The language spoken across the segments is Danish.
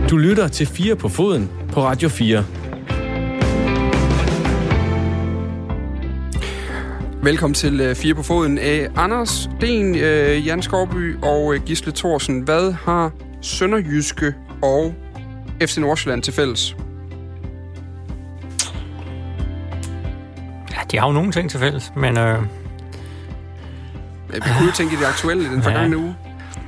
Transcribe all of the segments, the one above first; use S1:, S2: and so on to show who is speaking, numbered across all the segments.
S1: Du lytter til 4 på foden på Radio 4.
S2: Velkommen til 4 på foden. Anders Sten, Jan Skovby og Gisle Thorsen. Hvad har Sønderjyske og FC Nordsjælland til fælles?
S3: Ja, de har jo nogle ting til fælles, men...
S2: Vi kunne jo tænke i det aktuelle i den forgangne uge.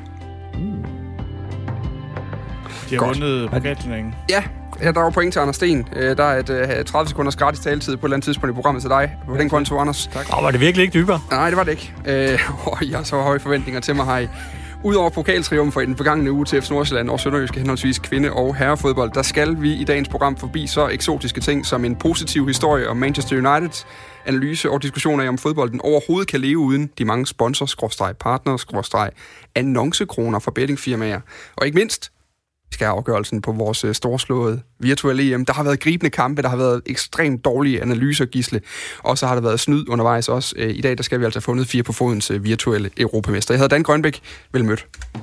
S4: De har vundet pokalturneringen.
S2: Ja, der var point til Anders Sten. Der er 30 sekunders gratis taletid på et eller andet tidspunkt i programmet til dig. På den konto, Anders.
S3: Tak. Var det virkelig ikke dybere?
S2: Nej, det var det ikke. Jeg har så høje forventninger til mig her. Udover pokaltriumfer i den forgangne uge til FC Nordsjælland og Sønderjyske henholdsvis kvinde- og herrefodbold, der skal vi i dagens program forbi så eksotiske ting som en positiv historie om Manchester United, analyse og diskussioner af, om fodbolden overhovedet kan leve uden de mange sponsor-partner- annoncekroner fra bettingfirmaer. Og ikke mindst skal afgørelsen på vores storslåede virtuelle EM. Der har været gribende kampe, der har været ekstremt dårlige analyser, Gisle, og så har der været snyd undervejs også. I dag der skal vi altså have fundet 4 på fodens virtuelle europamester. Jeg hedder Dan Grønbæk. Vel mødt.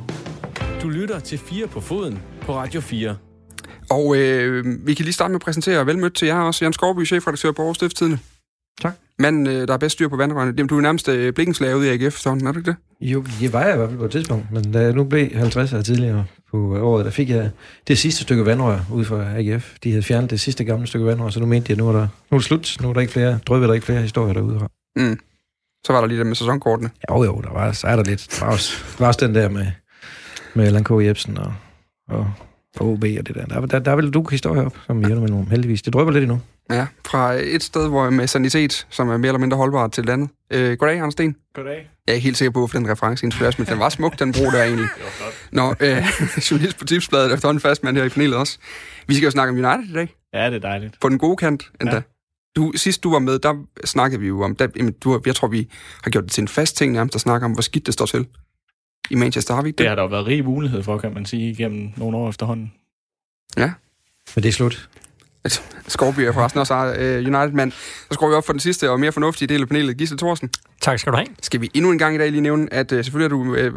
S1: Du lytter til 4 på foden på Radio 4.
S2: Og vi kan lige starte med at præsentere vel mødt til jer også. Jan Skovby, chefredaktør på Aarhus Stiftstidende.
S5: Tak.
S2: Manden, der er bedst styr på vandrørene. Du er nærmest blikkenslager ude i AGF, sådan, er du ikke det?
S5: Jo, det var jeg i hvert fald på et tidspunkt, men da jeg nu blev 50 år tidligere på året, der fik jeg det sidste stykke vandrør ude fra AGF. De havde fjernet det sidste gamle stykke vandrør, så nu mente jeg, nu er det slut. Nu er der ikke flere, drøbber der ikke flere historier derude fra.
S2: Mm. Så var der lige det med sæsonkortene.
S5: Jo, så er der lidt. Der var også den der med Allan K. Jebsen og OB og det der. Der er vel du historie op, som vi med nogen, heldigvis. Det drøber lidt endnu.
S2: Ja, fra et sted, hvor med sanitet, som er mere eller mindre holdbart, til et andet. Goddag, Anders Sten.
S4: Goddag.
S2: Jeg er ikke helt sikker på, hvorfor den reference inspireres, men den var smuk, den bro der egentlig. Nå, journalist på Tipsbladet, efterhånden fast mand her i panelet også. Vi skal jo snakke om United i dag.
S4: Ja, det er dejligt.
S2: På den gode kant endda.
S4: Ja.
S2: Sidst du var med, der snakkede vi jo om, jeg tror, vi har gjort det til en fast ting nærmest, at snakke om, hvor skidt det står til i Manchester, har vi ikke det?
S4: Det har der jo været rig mulighed for, kan man sige, igennem nogle år efterhånden.
S2: Ja.
S5: Men det er slut.
S2: Skovby er forresten også United-mand. Så skruer vi op for den sidste og mere fornuftige del af panelet. Gisle Thorsen.
S3: Tak skal du have.
S2: Skal vi endnu en gang i dag lige nævne, at selvfølgelig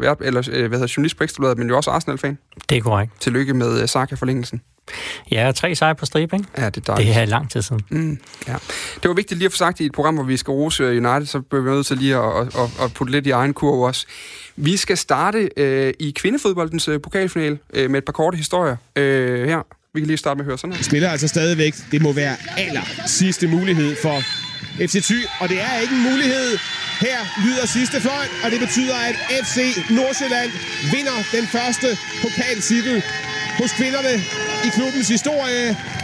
S2: er du journalist på Ekstrabladet, men jo også Arsenal-fan.
S3: Det er korrekt.
S2: Tillykke med Saka-forlængelsen.
S3: Ja, 3 sejre på stribe, ikke?
S2: Ja, det er dejligt.
S3: Det her er lang tid siden.
S2: Ja. Det var vigtigt lige at få sagt i et program, hvor vi skal rose United, så bliver vi nødt til lige at putte lidt i egen kurve også. Vi skal starte i kvindefodboldens pokalfinale med et par korte historier her. Vi kan lige starte med at høre sådan her.
S6: Spiller altså stadigvæk. Det må være aller sidste mulighed for FC Thy, og det er ikke en mulighed. Her lyder sidste fløjt, og det betyder, at FC Nordsjælland vinder den første pokaltitel hos kvinderne i klubbens historie.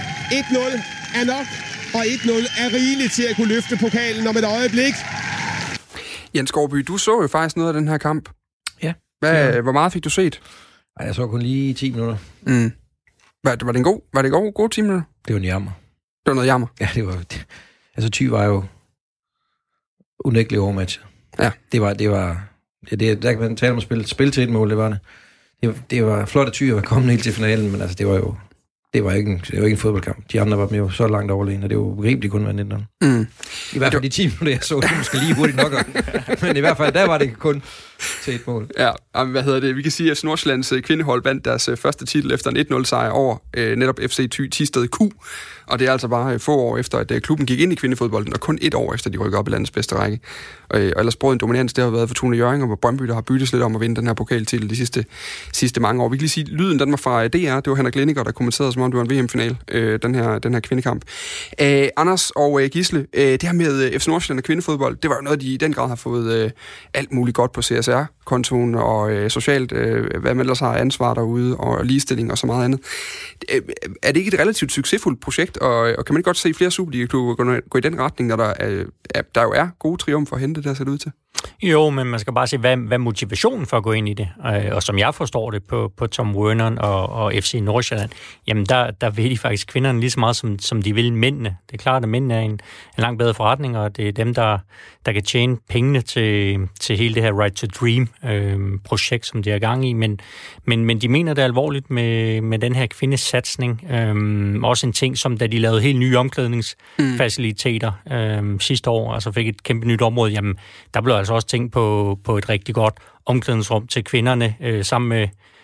S6: 1-0 er nok, og 1-0 er rigeligt til at kunne løfte pokalen om et øjeblik.
S2: Jens Skovby, du så jo faktisk noget af den her kamp.
S5: Ja.
S2: Hvor meget fik du set?
S5: Ej, jeg så kun lige 10 minutter.
S2: Mm. Var det en god 10 minutter?
S5: Det var en jammer.
S2: Det var noget jammer?
S5: Ja, det var... Altså, Thy var jo unægtelig overmatchet.
S2: Ja.
S5: Det var der kan man tale om at spille til et mål, det var det. Det var flot, at Thy var kommet helt til finalen, men altså, det var ikke en fodboldkamp. De andre var med jo så langt overlegen, og det var jo begribeligt kun at være 19.
S2: Mm.
S5: I hvert fald de 10 minutter, jeg så, det måske lige hurtigt nok. Men i hvert fald, der var det kun til et mål.
S2: Ja, vi kan sige, at Nordsjællands kvindehold vandt deres første titel efter en 1-0-sejr over netop FC Thisted Q. Og det er altså bare få år efter, at klubben gik ind i kvindefodbolden, og kun 1 år efter, de rykker op i landets bedste række. Og ellers både en dominans, det har været Fortuna Hjørring, og hvor Brøndby, der har byttet lidt om at vinde den her pokaltitel de sidste mange år. Vi kan lige sige, lyden den var fra DR, det var Henrik Lindiger, der kommenterede, som om det var en VM-final, den her kvindekamp. Anders og Gisle, det her med FC Nordsjælland og kvindefodbold, det var jo noget, de i den grad har fået alt muligt godt på CSR-kontoen, og socialt, hvad man ellers har ansvar derude, og ligestilling og så meget andet. Er det ikke et relativt succesfuldt projekt, og kan man ikke godt se flere Superliga-klubber gå i den retning, når der jo er gode triumfer at hente, der ser det ud til?
S3: Jo, men man skal bare se, hvad motivationen for at gå ind i det, og som jeg forstår det på Tom Werner og FC Nordsjælland, jamen der vil de faktisk kvinderne lige så meget, som de vil mændene. Det er klart, at mændene er en langt bedre forretning, og det er dem, der kan tjene pengene til hele det her Right to Dream-projekt, som de er i gang i, men de mener det alvorligt med den her kvindesatsning. Også en ting, som da de lavede helt nye omklædningsfaciliteter sidste år, altså fik et kæmpe nyt område, jamen der blev altså også tænkt på et rigtig godt omklædningsrum til kvinderne, sammen med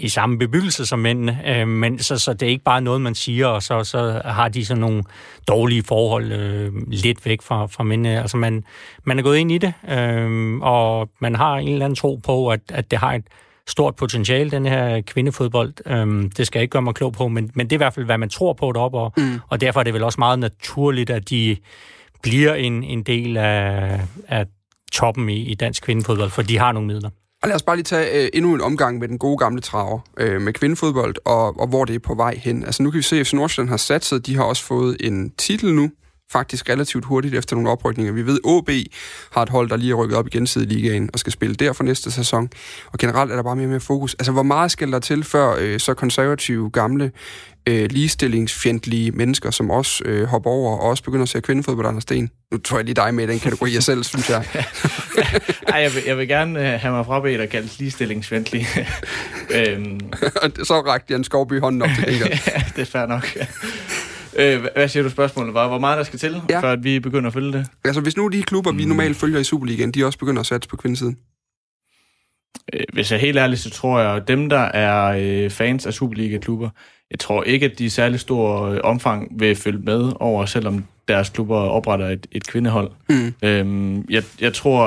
S3: i samme bebyggelse som mændene, men så det er ikke bare noget, man siger, og så har de sådan nogle dårlige forhold lidt væk fra mændene. Altså man er gået ind i det, og man har en eller anden tro på, at det har et stort potentiale, den her kvindefodbold. Det skal jeg ikke gøre mig klog på, men det er i hvert fald, hvad man tror på deroppe, og derfor er det vel også meget naturligt, at de bliver en del af toppen i dansk kvindefodbold, for de har nogle midler.
S2: Og lad os bare lige tage endnu en omgang med den gode gamle traver med kvindefodbold, og hvor det er på vej hen. Altså nu kan vi se, at FC Nordsjælland har satset. De har også fået en titel nu, faktisk relativt hurtigt efter nogle oprykninger. Vi ved, OB har et hold, der lige er rykket op i Gjensidige-ligaen og skal spille der for næste sæson. Og generelt er der bare mere fokus. Altså, hvor meget skal der til, før så konservative, gamle, ligestillingsfjendtlige mennesker, som også hopper over og også begynder at se kvindefodbold, Anders Sten? Nu tror jeg lige dig med i den kategori, jeg selv synes, jeg.
S4: Ej, jeg vil gerne have mig frabedt og kaldes ligestillingsfjendtlig.
S2: Så rakte Jan Skovby hånden op til det.
S4: Ja, det er fair nok. Hvad siger du spørgsmålet var? Hvor meget der skal til, før at vi begynder at følge det?
S2: Altså, hvis nu de klubber, vi normalt følger i Superligaen, de også begynder at satse på kvindesiden?
S4: Hvis jeg er helt ærlig, så tror jeg, at dem, der er fans af Superliga-klubber, jeg tror ikke, at de i særlig stor omfang vil følge med over, selvom deres klubber opretter et kvindehold. Jeg tror,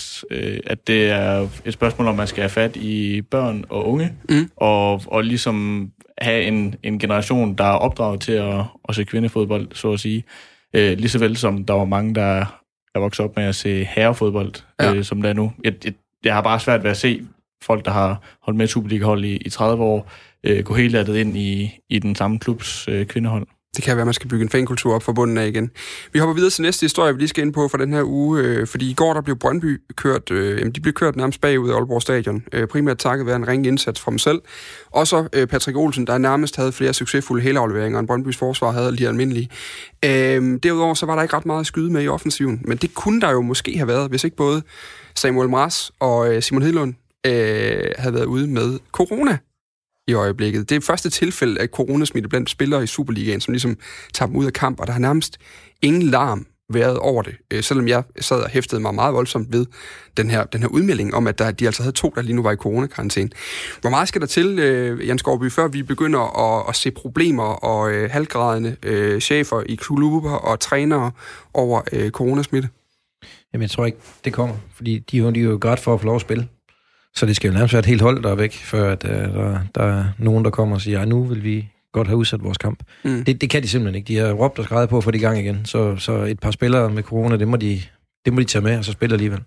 S4: at det er et spørgsmål, om man skal have fat i børn og unge, og ligesom have en generation, der er opdraget til at se kvindefodbold, så at sige. Lige så vel som der var mange, der er vokset op med at se herrefodbold, som det er nu. Jeg har bare svært ved at se folk, der har holdt med Superliga-hold i 30 år, gå helt hjertet ind i den samme klubs kvindehold. Det
S2: kan være, at man skal bygge en fankultur op fra bunden af igen. Vi hopper videre til næste historie, vi lige skal ind på for den her uge, fordi i går der blev Brøndby kørt, de blev kørt nærmest bagud af Aalborg Stadion, primært takket være en ringe indsats fra dem selv. Og så Patrick Olsen, der nærmest havde flere succesfulde helafleveringer, end Brøndbys forsvar havde lige almindelige. Derudover så var der ikke ret meget at skyde med i offensiven, men det kunne der jo måske have været, hvis ikke både Samuel Mraz og Simon Hedlund havde været ude med corona i øjeblikket. Det er første tilfælde af coronasmitte blandt spillere i Superligaen, som ligesom tager dem ud af kamp, og der har nærmest ingen larm været over det, selvom jeg sad og hæftede mig meget voldsomt ved den her udmelding om, at de altså havde 2, der lige nu var i coronakarantæne. Hvor meget skal der til, Jan Skovby, før vi begynder at se problemer og halvgradende chefer i klubber og trænere over coronasmitte?
S5: Jamen, jeg tror ikke, det kommer, fordi de er jo grædt for at få lov at spille. Så det skal jo nærmest være et helt hold, der er væk, før at, der er nogen, der kommer og siger, nu vil vi godt have udsat vores kamp. Det kan de simpelthen ikke. De har råbt og skreget på at få det i gang igen. Så et par spillere med corona, det må de tage med, og så spille alligevel.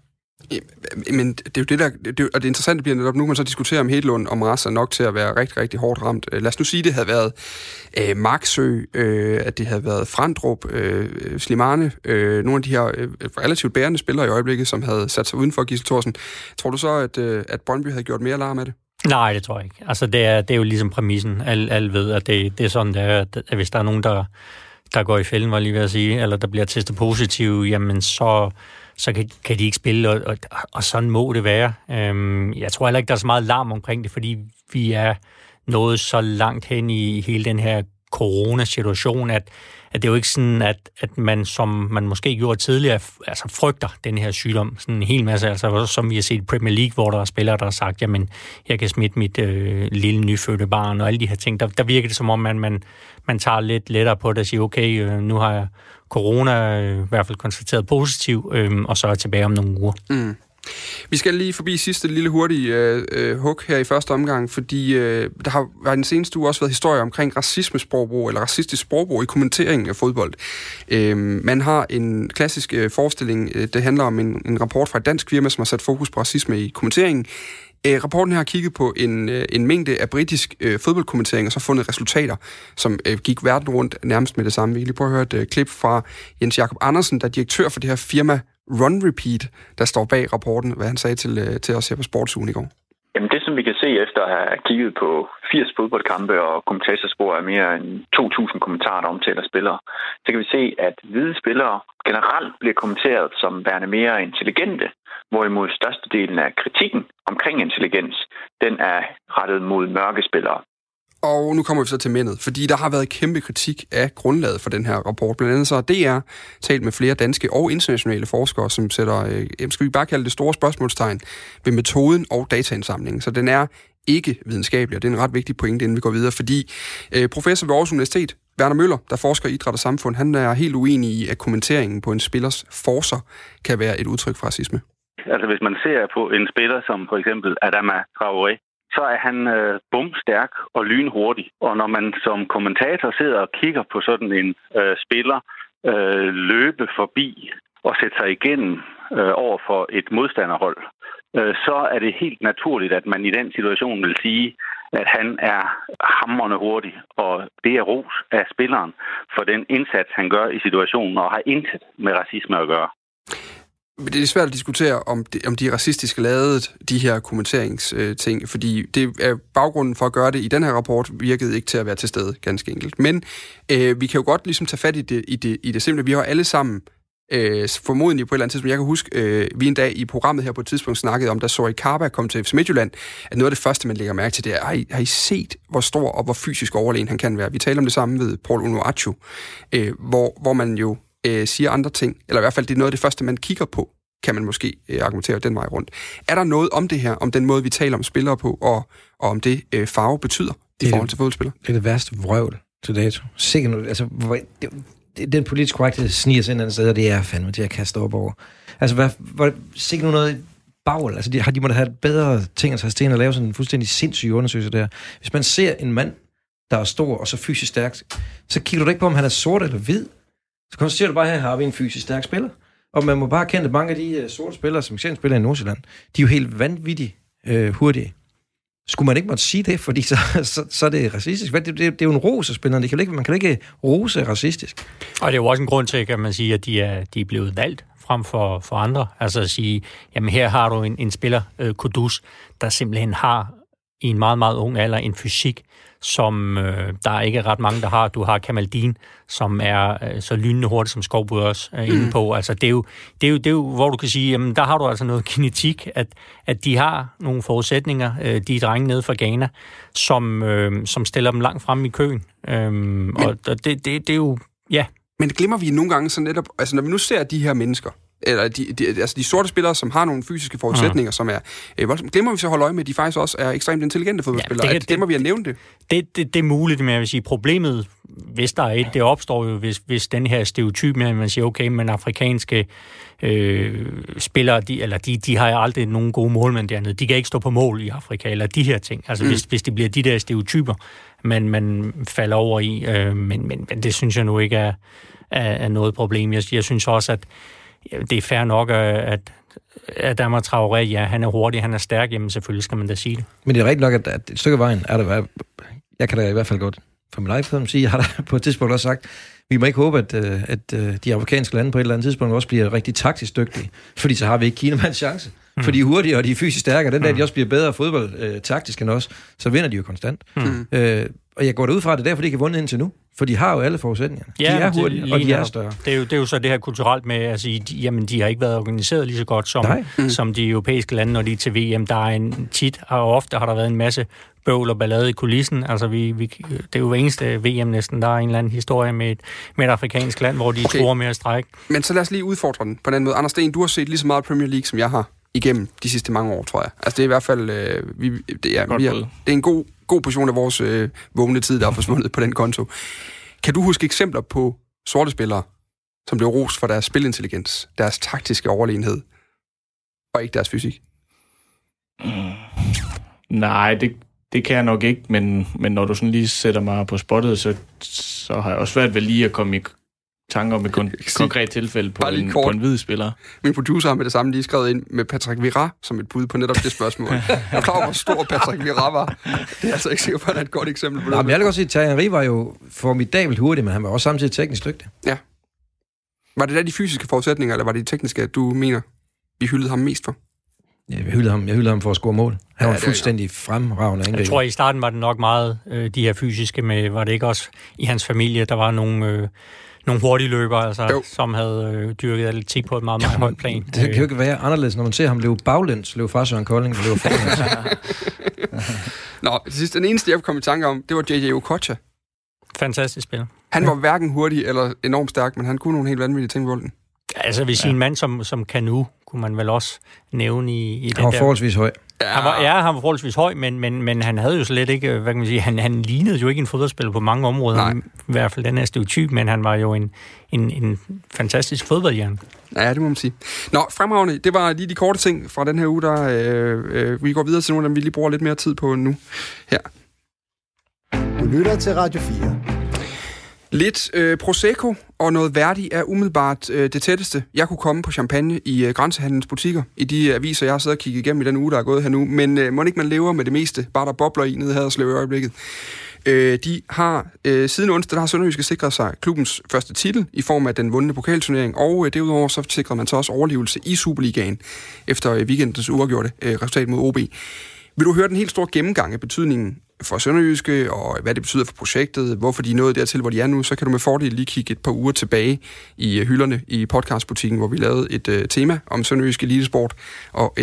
S2: Men det er jo det, og det interessante bliver netop nu, man så diskuterer om Hedlund og Mraz er nok til at være rigtig, rigtig hårdt ramt. Lad os nu sige, det havde været Marksø, at det havde været Frandrup, Slimane, nogle af de her relativt bærende spillere i øjeblikket, som havde sat sig uden for Gisle Thorsen. Tror du så, at Brøndby havde gjort mere larm med det?
S3: Nej, det tror jeg ikke. Altså, det er jo ligesom præmissen. Alle ved, at det er sådan, det er, at hvis der er nogen, der går i fælden, var lige ved at sige, eller der bliver testet positiv, jamen så kan de ikke spille, og sådan må det være. Jeg tror heller ikke, der er så meget larm omkring det, fordi vi er nået så langt hen i hele den her coronasituation, at det er jo ikke sådan, at man, som man måske gjorde tidligere, altså frygter den her sygdom. Sådan en hel masse, altså som vi har set i Premier League, hvor der er spillere, der har sagt, jamen, jeg kan smitte mit lille nyfødte barn, og alle de her ting. Der virker det som om, man tager lidt lettere på det og siger, okay, nu har jeg corona i hvert fald konstateret positiv, og så er jeg tilbage om nogle uger.
S2: Vi skal lige forbi sidste lille hurtige hug her i første omgang, fordi der har været den seneste uge også været historier omkring racismesprogbrug eller racistisk sprogbrug i kommenteringen af fodbold. Man har en klassisk forestilling, det handler om en rapport fra et dansk firma, som har sat fokus på racisme i kommenteringen. Rapporten her har kigget på en mængde af britisk fodboldkommentering, og så fundet resultater, som gik verden rundt nærmest med det samme. Vi kan lige prøve at høre et klip fra Jens Jakob Andersen, der er direktør for det her firma Run Repeat, der står bag rapporten, hvad han sagde til os her på Sportsugen i går.
S7: Jamen det, som vi kan se efter at have kigget på 80 fodboldkampe og kommentatorspor af mere end 2.000 kommentarer, der omtaler spillere, så kan vi se, at hvide spillere generelt bliver kommenteret som værende mere intelligente, hvorimod størstedelen af kritikken omkring intelligens, den er rettet mod mørke spillere.
S2: Og nu kommer vi så til mændet, fordi der har været kæmpe kritik af grundlaget for den her rapport. Blandt andet så har DR talt med flere danske og internationale forskere, som sætter, skal vi bare kalde det store spørgsmålstegn, ved metoden og dataindsamlingen. Så den er ikke videnskabelig, og det er en ret vigtig pointe, inden vi går videre, fordi professor ved Aarhus Universitet, Werner Møller, der forsker i idræt og samfund, han er helt uenig i, at kommenteringen på en spillers forcer kan være et udtryk for racisme.
S8: Altså hvis man ser på en spiller som for eksempel Adama Traoré, så er han bumstærk og lynhurtig. Og når man som kommentator sidder og kigger på sådan en spiller løbe forbi og sætte sig igennem over for et modstanderhold, så er det helt naturligt, at man i den situation vil sige, at han er hamrende hurtig, og det er ros af spilleren for den indsats, han gør i situationen, og har intet med racisme at gøre.
S2: Det er svært at diskutere, om de racistiske lavede de her kommenteringsting, fordi det er baggrunden for at gøre det i den her rapport virkede ikke til at være til stede, ganske enkelt. Men vi kan jo godt ligesom tage fat i det simple. Vi har alle sammen formodentlig på et eller andet tidspunkt. Jeg kan huske, vi en dag i programmet her på et tidspunkt snakkede om, da Zoe Carba kom til FC Midtjylland, at noget af det første, man lægger mærke til, det er, har I set, hvor stor og hvor fysisk overlegen han kan være? Vi taler om det samme ved Paul Onuachu, hvor man jo siger andre ting, eller i hvert fald det er noget af det første, man kigger på, kan man måske argumentere den vej rundt. Er der noget om det her, om den måde, vi taler om spillere på, og om det farve betyder i forhold til fodboldspillere?
S5: Det er det værste vrøvl til dato. Sikkert, altså, den politiske korrekthed sniger sig ind andet sted, og det er fandme til at kaste op over. Altså, sikkert noget bagl. Altså, de måtte have bedre ting at tage sten og lave sådan en fuldstændig sindssyg undersøgelse der. Hvis man ser en mand, der er stor og så fysisk stærk, så kigger du ikke på, om han er sort eller hvid. Så konstaterer du bare, her har vi en fysisk stærk spiller. Og man må bare kende, at mange af de sorte spillere, som selv spiller i Nordsjælland, de er jo helt vanvittigt hurtige. Skulle man ikke måtte sige det, fordi så er det racistisk? Det er jo en ros af spillerne. Man kan ikke rose racistisk. Og
S3: det er jo også en grund til, kan man sige, at de er blevet valgt frem for andre. Altså at sige, jamen her har du en spiller, Kudus, der simpelthen har i en meget, meget ung alder en fysik, som der er ikke ret mange, der har. Du har Kamaldin, som er så lynende hurtigt, som Skovbud også er inde på. Altså, det er jo, hvor du kan sige, jamen, der har du altså noget genetik, at de har nogle forudsætninger, de drenge nede fra Ghana, som stiller dem langt frem i køen. Og det er jo, ja.
S2: Men det glemmer vi nogle gange så netop, altså når vi nu ser de her mennesker, eller de sorte spillere, som har nogle fysiske forudsætninger, som er glemmer vi så at holde øje med, at de faktisk også er ekstremt intelligente fodboldspillere. Ja, glemmer vi at nævne det?
S3: Det er muligt, men jeg vil sige, problemet, hvis der er et, det opstår jo, hvis den her stereotyp med, at man siger, okay, men afrikanske spillere, de har aldrig nogen gode målmænd dernede. De kan ikke stå på mål i Afrika, eller de her ting. Altså, hvis det bliver de der stereotyper, man falder over i, men det synes jeg nu ikke er noget problem. Jeg synes også, at det er fair nok, at Adama Traoré, ja, han er hurtig, han er stærk, jamen selvfølgelig skal man da sige det.
S5: Men det er rigtig nok, at et stykke af vejen er der, jeg kan da i hvert fald godt for min egen sige, jeg har da på et tidspunkt også sagt, vi må ikke håbe, at de afrikanske lande på et eller andet tidspunkt også bliver rigtig taktisk dygtige, fordi så har vi ikke Kinamands chance. For de er hurtige, og de er fysisk stærke, og den dag de også bliver bedre fodbold taktisk end os, så vinder de jo konstant. Og jeg går derud fra, at det er derfor, de ikke har vundet indtil nu. For de har jo alle forudsætningerne. De er hurtige, og de er større.
S3: Det er jo så det her kulturelt med at sige, jamen de har ikke været organiseret lige så godt som de europæiske lande, når de er til VM. Der er en tit, og ofte har der været en masse bøvl og ballade i kulissen. Altså det er jo hver eneste VM næsten, der er en eller anden historie med et afrikansk land, hvor de tror med at strække. Men
S2: så lad os lige udfordre den på den måde. Anders Sten, du har set lige så meget Premier League, som jeg har igennem de sidste mange år, tror jeg. Altså det er i hvert fald det er en god portion af vores vågne tid, der er forsvundet på den konto. Kan du huske eksempler på sorte spillere, som blev rost for deres spilintelligens, deres taktiske overlegenhed, og ikke deres fysik?
S4: Nej, det kan jeg nok ikke, men når du sådan lige sætter mig på spottet, så har jeg også svært ved lige at komme i tanker om et konkret tilfælde på en hvid spiller.
S2: Min producer har med det samme lige skrevet ind med Patrick Vieira som et bud på netop det spørgsmål. Jeg er klar over, hvor stor Patrick Vieira var. Det er altså ikke sikker på, at det er et godt eksempel på det.
S5: Men jeg vil godt sige, at Thierry Henry var jo formidabelt hurtig, men han var også samtidig teknisk dygtig.
S2: Ja. Var det da de fysiske forudsætninger, eller var det de tekniske, du mener, vi hyldede ham mest for?
S5: Ja, jeg hyldede ham for at score mål. Han var fuldstændig fremragende angriber.
S3: Jeg tror, i starten var det nok meget de her fysiske med, var det ikke også i hans familie, der var nogle hurtige løbere, altså, som havde dyrket atletik på et meget, meget højt plan.
S5: Det kan jo ikke være anderledes, når man ser ham løbe baglæns, løbe fra Søren Kolding, løbe forlæns.
S2: Nå, til sidst, den eneste, jeg kom i tanke om, det var J.J. Okocha.
S3: Fantastisk spiller.
S2: Han var hverken hurtig eller enormt stærk, men han kunne nogle helt vanvittige ting på bolden.
S3: Altså, hvis en mand som Kanu, kunne man vel også nævne i den der...
S5: Han var forholdsvis høj.
S3: Han var forholdsvis høj, men han havde jo slet ikke, hvad kan man sige, han lignede jo ikke en fodboldspiller på mange områder, i hvert fald den her stereotyp, men han var jo en fantastisk fodboldhjerne.
S2: Ja, det må man sige. Nå, fremragende, det var lige de korte ting fra den her uge, der vi går videre til nogle af dem, vi lige bruger lidt mere tid på nu. Her.
S9: Du lytter til Radio 4.
S2: Lidt Prosecco og noget Verdi er umiddelbart det tætteste, jeg kunne komme på champagne i grænsehandelens butikker, i de aviser, jeg har siddet og kigget igennem i den uge, der er gået her nu. Men må ikke man lever med det meste, bare der bobler i nede i Haderslev i øjeblikket. De har siden onsdag, der har Sønderjyske sikret sig klubbens første titel i form af den vundne pokalturnering, og derudover så sikrede man så også overlevelse i Superligaen efter weekendens uafgjorte resultat mod OB. Vil du høre den helt store gennemgang af betydningen for Sønderjyske, og hvad det betyder for projektet, hvorfor de er nået dertil, hvor de er nu, så kan du med fordel lige kigge et par uger tilbage i hylderne i podcastbutikken, hvor vi lavede et tema om Sønderjyske elitesport og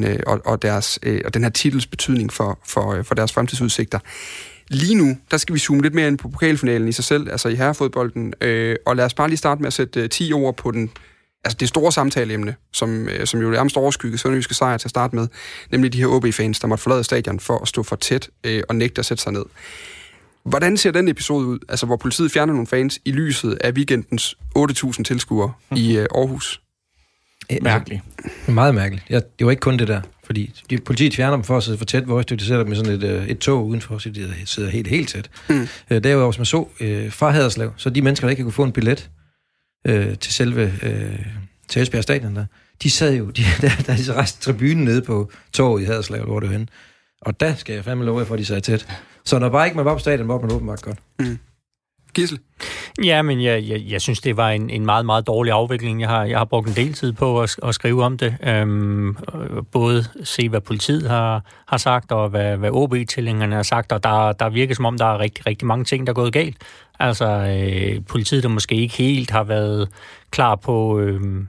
S2: den her titels betydning for deres fremtidsudsigter. Lige nu, der skal vi zoome lidt mere ind på pokalfinalen i sig selv, altså i herrefodbolden, og lad os bare lige starte med at sætte 10 ord på det store samtaleemne, som jo nærmest overskygger Sønderjyske sejr til at starte med, nemlig de her OB-fans, der måtte forlade stadion for at stå for tæt og nægte at sætte sig ned. Hvordan ser den episode ud, altså hvor politiet fjerner nogle fans i lyset af weekendens 8.000 tilskuere i Aarhus?
S4: Mærkeligt.
S5: Meget mærkeligt. Det var ikke kun det der, fordi politiet fjerner dem for at sidde for tæt, hvor de sætter dem med sådan et tog udenfor, så de sidder helt tæt. Derudover, som man så fra Haderslev, så de mennesker, der ikke kunne få en billet til selve til Esbjerg Stadion, de sad jo, der de så rejste tribunen nede på torvet i Haderslev, hvor det var henne. Og der skal jeg fandme love jer for, at de sad tæt. Så når bare ikke man var på stadion, var man åbenbart godt.
S2: Gissel?
S3: Ja, men jeg synes, det var en meget, meget dårlig afvikling. Jeg har brugt en del tid på at skrive om det. Både se, hvad politiet har sagt, og hvad OB-tilhængerne har sagt, og der virker som om, der er rigtig, rigtig mange ting, der er gået galt. Altså, politiet, der måske ikke helt har været klar på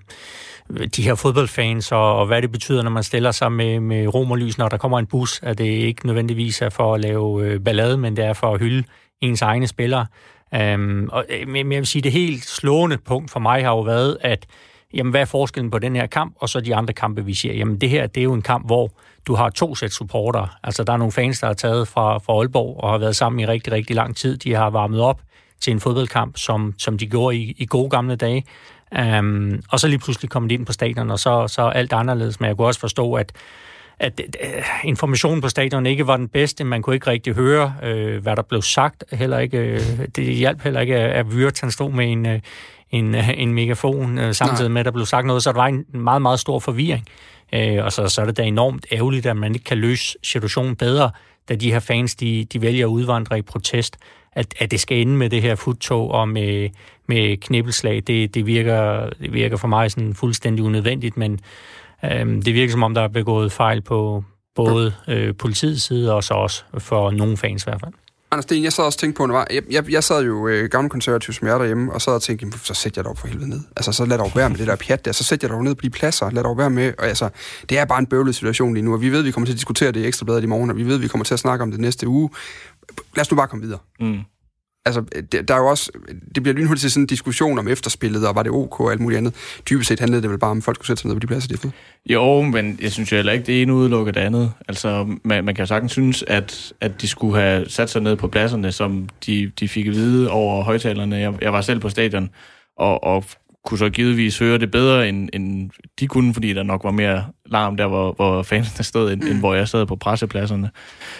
S3: de her fodboldfans, og hvad det betyder, når man stiller sig med romerlys, når der kommer en bus, at det ikke nødvendigvis er for at lave ballade, men det er for at hylde ens egne spillere. Men jeg vil sige, det helt slående punkt for mig har jo været, at jamen, hvad er forskellen på den her kamp, og så de andre kampe, vi siger? Jamen, det her, det er jo en kamp, hvor du har 2 sæt supportere. Altså, der er nogle fans, der er taget fra Aalborg og har været sammen i rigtig, rigtig lang tid. De har varmet op til en fodboldkamp, som de gjorde i gode gamle dage. Og så lige pludselig kom de ind på stadion, og så er alt anderledes. Men jeg kunne også forstå, at informationen på stadion ikke var den bedste. Man kunne ikke rigtig høre, hvad der blev sagt. Heller ikke, det hjalp heller ikke, at Würtz, han stod med en megafon samtidig med, at der blev sagt noget. Så der var en meget, meget stor forvirring. Og så er det da enormt ærgerligt, at man ikke kan løse situationen bedre, da de her fans, de vælger at udvandre i protest. At det skal ende med det her futtog og med knibbelslag, det virker for mig sådan fuldstændig unødvendigt, men det virker som om, der er begået fejl på både politiets side, og så også for nogle fans i hvert fald.
S2: Anders Sten, jeg sad også og tænkte på, jeg sad jo gammel konservativ som jeg er derhjemme, og sad og tænkte, så sæt jeg dog for helvede ned. Altså, så lad dog være med det der pjat der, så sæt jeg dog ned på de pladser, lad dog være med, og altså, det er bare en bøvlet situation lige nu, og vi ved, vi kommer til at diskutere det i Ekstrabladet i morgen, og vi ved, vi kommer til at snakke om det næste uge. Lad os nu bare komme videre. Altså, der er jo også, det bliver lynhurtigt til sådan en diskussion om efterspillet, og var det OK og alt muligt andet. Dybest set handlede det vel bare om, folk skulle sætte sig ned på de pladser, de har fået.
S4: Jo, men jeg synes jo heller ikke, det ene udelukker det andet. Altså, man kan jo sagtens synes, at de skulle have sat sig ned på pladserne, som de fik at vide over højtalerne. Jeg var selv på stadion, og kunne så givetvis høre det bedre, end de kunne, fordi der nok var mere larm der, hvor fansene stod, end hvor jeg sad på pressepladserne.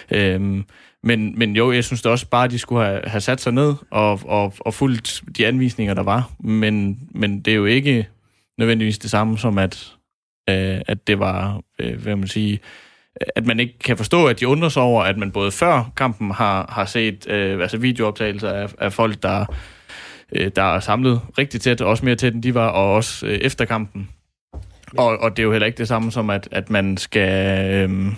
S4: Men jo, jeg synes da også bare, at de skulle have sat sig ned og fulgt de anvisninger, der var. Men det er jo ikke nødvendigvis det samme som, at det var, hvad man sige, at man ikke kan forstå, at de undrer sig over, at man både før kampen har set videooptagelser af folk, der er samlet rigtig tæt, også mere tæt, end de var, og også efter kampen. Og det er jo heller ikke det samme som, at man skal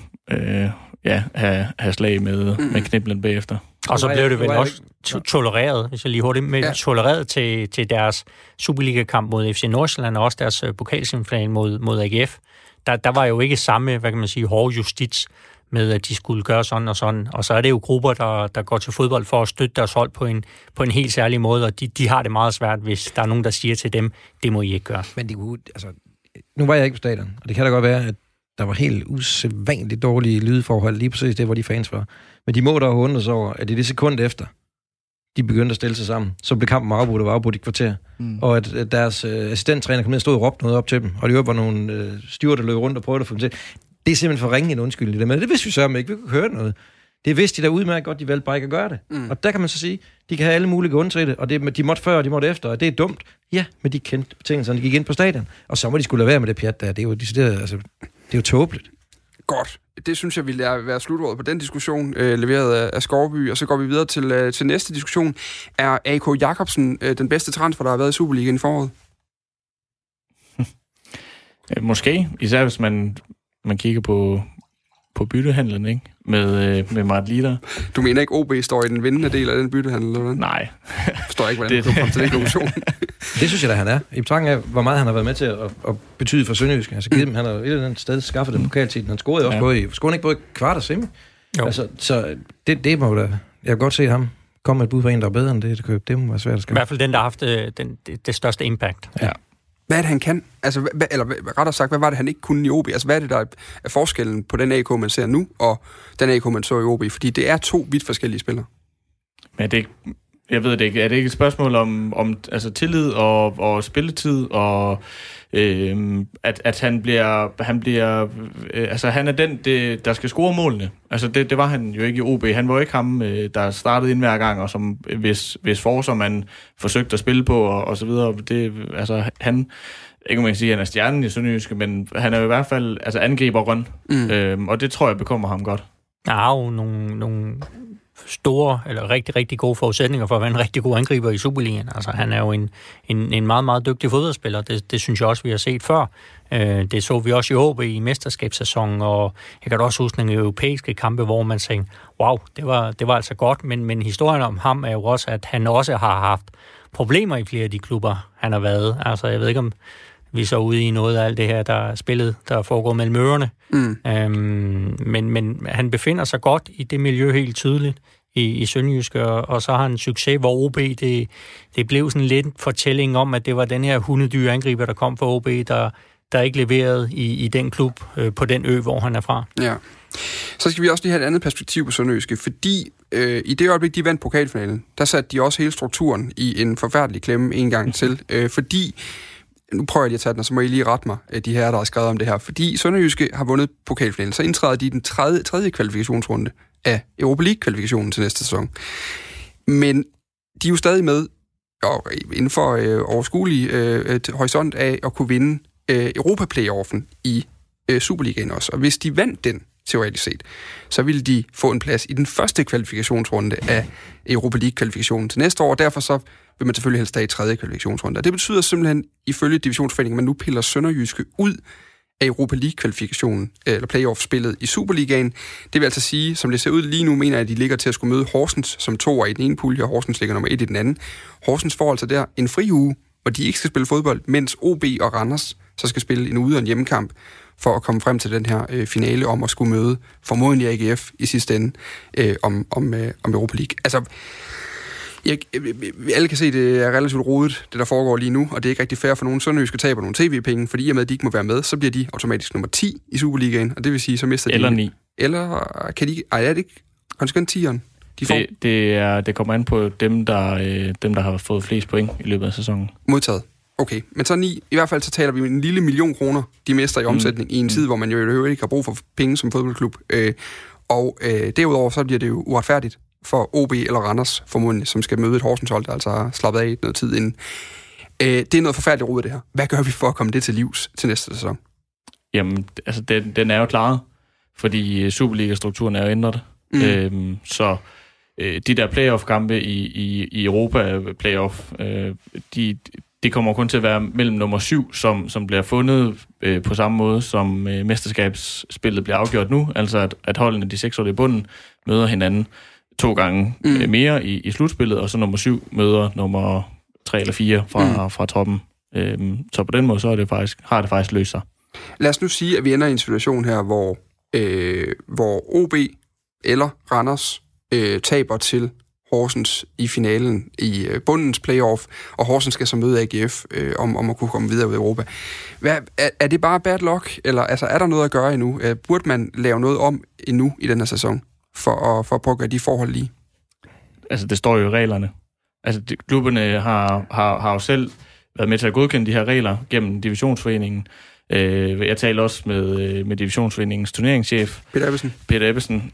S4: have slag med kniblen bagefter.
S3: Og så blev det vel også tolereret, hvis jeg lige hurtigt, tolereret til deres Superliga-kamp mod FC Nordsjælland, og også deres pokalsemifinal mod AGF. Der var jo ikke samme, hvad kan man sige, hårde justits med, at de skulle gøre sådan og sådan. Og så er det jo grupper, der går til fodbold for at støtte deres hold på en helt særlig måde, og de har det meget svært, hvis der er nogen, der siger til dem, det må I ikke gøre.
S5: Men det kunne, altså, nu var jeg ikke på stadion, og det kan da godt være, at der var helt usædvanligt dårlige lydforhold, lige præcis det, hvor de fans var. Men de må da have undret sig over, at det sekund efter, de begyndte at stille sig sammen, så blev kampen afbrudt og var afbrudt i kvarter. Og at deres assistenttræner kom ned og stod og råbte noget op til dem, og det var nogle styrer, der løb rundt og prøvede at få dem til. Det er simpelthen for ringe en undskyldning. Det vidste vi så ikke. Vi kunne høre noget. Det vidste de der udmærket godt, de valgte bare ikke at gøre det. Og der kan man så sige, de kan have alle mulige grunde til det, og de måtte før, og de måtte efter, og det er dumt. Ja, men de kendte betingelserne, de gik ind på stadion, og så må de skulle lade være med det pjat der. Det er jo decideret, altså, det er jo tåbeligt.
S2: Godt. Det synes jeg vil være slutåret på den diskussion, leveret af Skovby, og så går vi videre til næste diskussion. Er A.K. Jacobsen den bedste transfer, der har været i Superligaen i foråret?
S4: Måske, især hvis man kigger på byttehandlen, ikke? Med Mart Lider. Du
S2: mener ikke, OB står i den vindende del af den byttehandel, eller hvad?
S4: Nej.
S2: Forstår ikke, hvordan du kom til den konklusion.
S5: Det synes jeg da, han er. I betragtning af, hvor meget han har været med til at betyde for Sønderjysk. Altså, givet dem, han har et eller andet sted skaffet dem pokaltiden. Han scorede også scorede ikke både kvart og semi. Altså, så det må da... Jeg kan godt se ham komme med et bud for en, der er bedre end det. Det må være svært at skaffe.
S3: I hvert fald den, der har haft det største impact.
S5: Ja.
S2: Hvad er det, han kan? Altså, eller rettere sagt, hvad var det, han ikke kunne i OB? Altså, hvad er det, der er forskellen på den AK, man ser nu, og den AK, man så i OB? Fordi det er to vidt forskellige spillere.
S4: Men jeg ved det ikke. Er det ikke et spørgsmål om altså tillid og spilletid, og at han bliver altså han er den, der skal score målene. Altså det var han jo ikke i OB. Han var ikke ham, der startede ind hver gang, og som hvis forsvar man forsøgte at spille på, og så videre. Det, altså han, ikke om man kan sige, at han er stjernen i Sønderjyske, men han er jo i hvert fald altså angriber og det tror jeg bekommer ham godt.
S3: Der er jo nogle store, eller rigtig, rigtig gode forudsætninger for at være en rigtig god angriber i Superligaen. Altså, han er jo en meget, meget dygtig fodboldspiller. Det synes jeg også, vi har set før. Det så vi også i OB i mesterskabssæsonen, og jeg kan da også huske nogle europæiske kampe, hvor man tænkte, wow, det var altså godt, men historien om ham er jo også, at han også har haft problemer i flere af de klubber, han har været. Altså, jeg ved ikke, om vi så ude i noget af alt det her, der er spillet, der foregår mellem ørerne. Men han befinder sig godt i det miljø helt tydeligt i Sønderjyske, og så har han en succes, hvor OB, det blev sådan lidt fortælling om, at det var den her hundedyre angriber, der kom fra OB, der ikke leverede i den klub på den ø, hvor han er fra. Ja.
S2: Så skal vi også lige have et andet perspektiv på Sønderjyske, fordi i det øjeblik, de vandt pokalfinalen, der satte de også hele strukturen i en forfærdelig klemme en gang til, fordi nu prøver jeg lige at tage den, og så må I lige rette mig, de her, der har skrevet om det her. Fordi Sønderjyske har vundet pokalfinalen, så indtræder de i den tredje kvalifikationsrunde af Europa League-kvalifikationen til næste sæson. Men de er jo stadig med, og inden for overskuelig horisont af at kunne vinde Europa-playoffen i Superligaen også. Og hvis de vandt den, teoretisk set, så ville de få en plads i den første kvalifikationsrunde af Europa League-kvalifikationen til næste år, og derfor så vil man selvfølgelig helst have i tredje kvalifikationsrunde. Og det betyder simpelthen, ifølge divisionsforeningen, at man nu piller Sønderjyske ud af Europa League-kvalifikationen, eller playoff-spillet i Superligaen. Det vil altså sige, som det ser ud lige nu, mener jeg, at de ligger til at skulle møde Horsens som toer i den ene pulje, og Horsens ligger nummer 1 i den anden. Horsens får altså der en fri uge, hvor de ikke skal spille fodbold, mens OB og Randers så skal spille en ude- og en hjemmekamp for at komme frem til den her finale om at skulle møde formodentlig AGF i sidste ende om Europa League. Altså, alle kan se, at det er relativt rodet, det der foregår lige nu, og det er ikke rigtig fair for nogen sønderjyske taber nogle tv-penge, fordi i og med, at de ikke må være med, så bliver de automatisk nummer 10 i Superligaen, og det vil sige, så mister de...
S4: Eller 9.
S2: Eller kan de... Ej, er det ikke konsekvent 10'eren?
S4: Det kommer an på dem, der har fået flest point i løbet af sæsonen.
S2: Modtaget. Okay, men så 9, i hvert fald så taler vi en lille 1 million kroner, de mister i omsætning i en tid, hvor man jo ikke har brug for penge som fodboldklub. Derudover så bliver det jo uretfærdigt for OB eller Randers formodentlig, som skal møde et Horsens-hold, der altså har slappet af noget tid inden. Det er noget forfærdeligt rod, det her. Hvad gør vi for at komme det til livs til næste sæson?
S4: Jamen, altså den er jo klaret, fordi Superliga-strukturen er jo ændret. Så de der playoff-kampe i Europa-playoff, det kommer kun til at være mellem nummer 7, som bliver fundet på samme måde, som mesterskabsspillet bliver afgjort nu. Altså at holdene, de 6 år i bunden, møder hinanden 2 gange mere i slutspillet, og så nummer 7 møder nummer 3 eller 4 fra toppen. Så på den måde så har det faktisk løst sig.
S2: Lad os nu sige, at vi ender i en situation her, hvor OB eller Randers taber til Horsens i finalen i bundens playoff, og Horsens skal så møde AGF om at kunne komme videre ud i Europa. Er det bare bad luck, eller altså, er der noget at gøre endnu? Burde man lave noget om endnu i den her sæson, for at prøve at gøre de forhold lige?
S4: Altså, det står jo i reglerne. Altså, klubberne har jo selv været med til at godkende de her regler gennem divisionsforeningen. Jeg talte også med divisionsforeningens turneringschef, Peter Ebbesen,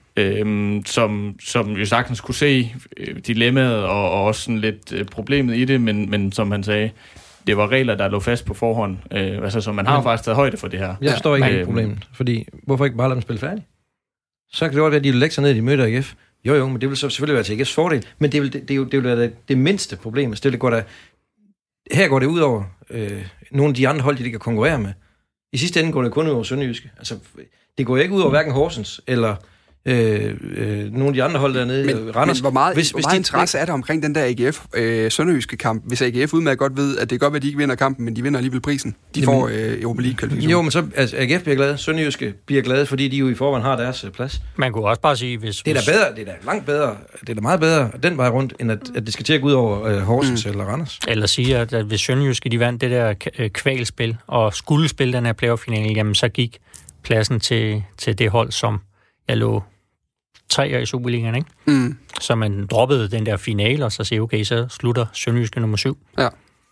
S4: som jo sagtens kunne se dilemmaet og også sådan lidt problemet i det, men som han sagde, det var regler, der lå fast på forhånd. Så man har faktisk taget højde for det her.
S5: Jeg forstår ikke problemet, fordi hvorfor ikke bare lade dem spille færdigt? Så kan det godt være, at de vil lægge sig ned, de møder AGF. Jo, men det vil så selvfølgelig være til AGF's fordel, men det vil være det mindste problem. Her går det ud over nogle af de andre hold, de kan konkurrere med. I sidste ende går det kun ud over Sønderjyske. Altså, det går ikke ud over hverken Horsens eller nogle af de andre hold dernede. Randers.
S2: Men hvor meget interesse er der omkring den der AGF-Sønderjyske kamp, hvis AGF udmærket godt ved, at det godt være, at de ikke vinder kampen, men de vinder alligevel prisen. De får Europa League-kvalifikationen.
S5: Jo, men så AGF bliver glade, Sønderjyske bliver glade, fordi de jo i forvejen har deres plads.
S3: Man kunne også bare sige,
S5: Det er da bedre, det er da langt bedre, det er da meget bedre den vej rundt, end at det skal til at gå ud over Horsens eller Randers.
S3: Eller sige, at hvis Sønderjyske de vandt det der kvalspil, og skulle spille den her playoff-finale, jamen så gik pladsen til det hold, som jeg lå 3 i Superligaen, ikke? Mm. Så man droppede den der finale, og så siger okay, så slutter Sønderjyske nummer 7.
S2: Ja.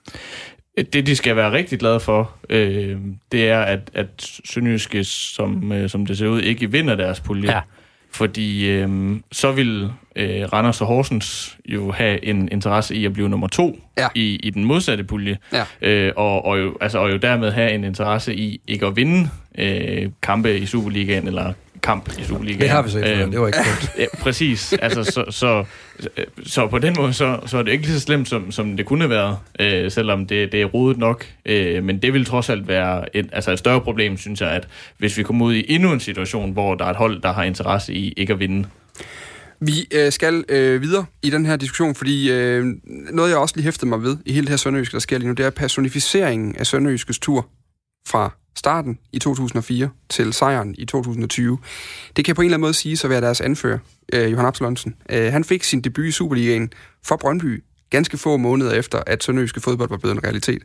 S4: Det, de skal være rigtig glade for, det er, at Sønderjyske, som det ser ud, ikke vinder deres pulje. Ja. Fordi så vil Randers og Horsens jo have en interesse i at blive nummer 2 i den modsatte pulje. Ja. Og jo dermed have en interesse i ikke at vinde kampe i Superligaen, eller kamp i Superligaen.
S5: Det har vi så ikke, det var ikke godt.
S4: Ja, præcis. Altså, så på den måde, så er det ikke lige så slemt, som det kunne have været, selvom det er rodet nok. Men det vil trods alt være et større problem, synes jeg, at hvis vi kommer ud i endnu en situation, hvor der er et hold, der har interesse i ikke at vinde.
S2: Vi skal videre i den her diskussion, fordi noget, jeg også lige hæftede mig ved i hele det her Sønderjyske, der sker lige nu, det er personificeringen af Sønderjyskes tur fra starten i 2004 til sejren i 2020. Det kan på en eller anden måde sige så være deres anfører, Johan Absalonsen. Han fik sin debut i Superligaen for Brøndby ganske få måneder efter, at sønderjyske fodbold var blevet en realitet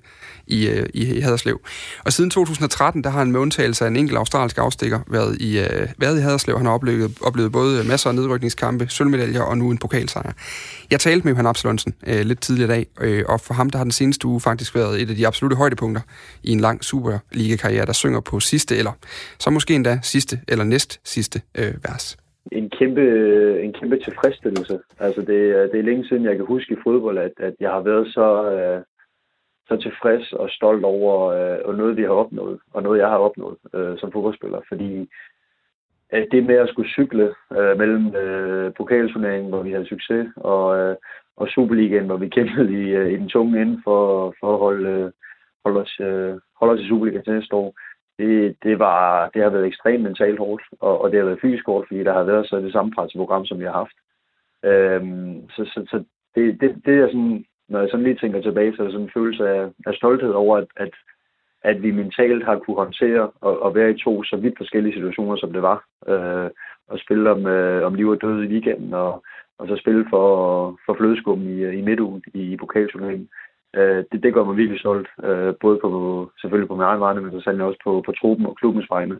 S2: i Haderslev. Og siden 2013, der har han med undtagelse af en enkelt australsk afstikker været i Haderslev. Han har oplevet både masser af nedrykningskampe, sølvmedaljer og nu en pokalsejr. Jeg talte med Johan Absalonsen lidt tidligere i dag, og for ham der har den seneste uge faktisk været et af de absolutte højdepunkter i en lang Superliga-karriere, der synger på sidste, eller så måske endda sidste eller næst sidste vers.
S10: En kæmpe tilfredsstillelse. Altså det er længe siden, jeg kan huske i fodbold, at jeg har været så tilfreds og stolt over noget, vi har opnået, og noget, jeg har opnået som fodboldspiller. Fordi det med at skulle cykle mellem pokalturneringen, hvor vi havde succes, og Superligaen, hvor vi kæmpede i den tunge ende for at holde os i Superligaen til næste år, det har været ekstremt mentalt hårdt, og det har været fysisk hårdt, fordi der har været så det samme program, som vi har haft. Så det er sådan, når jeg sådan lige tænker tilbage, så er det sådan en følelse af stolthed over, at vi mentalt har kunne håndtere og være i 2 så vidt forskellige situationer, som det var. Og spille om liv og død i weekenden, og så spille for flødeskum i midtugen i pokalturneringen. Det gør mig virkelig stolt, både selvfølgelig på min egen vegne, men så sandelig også på truppen og klubbens vegne,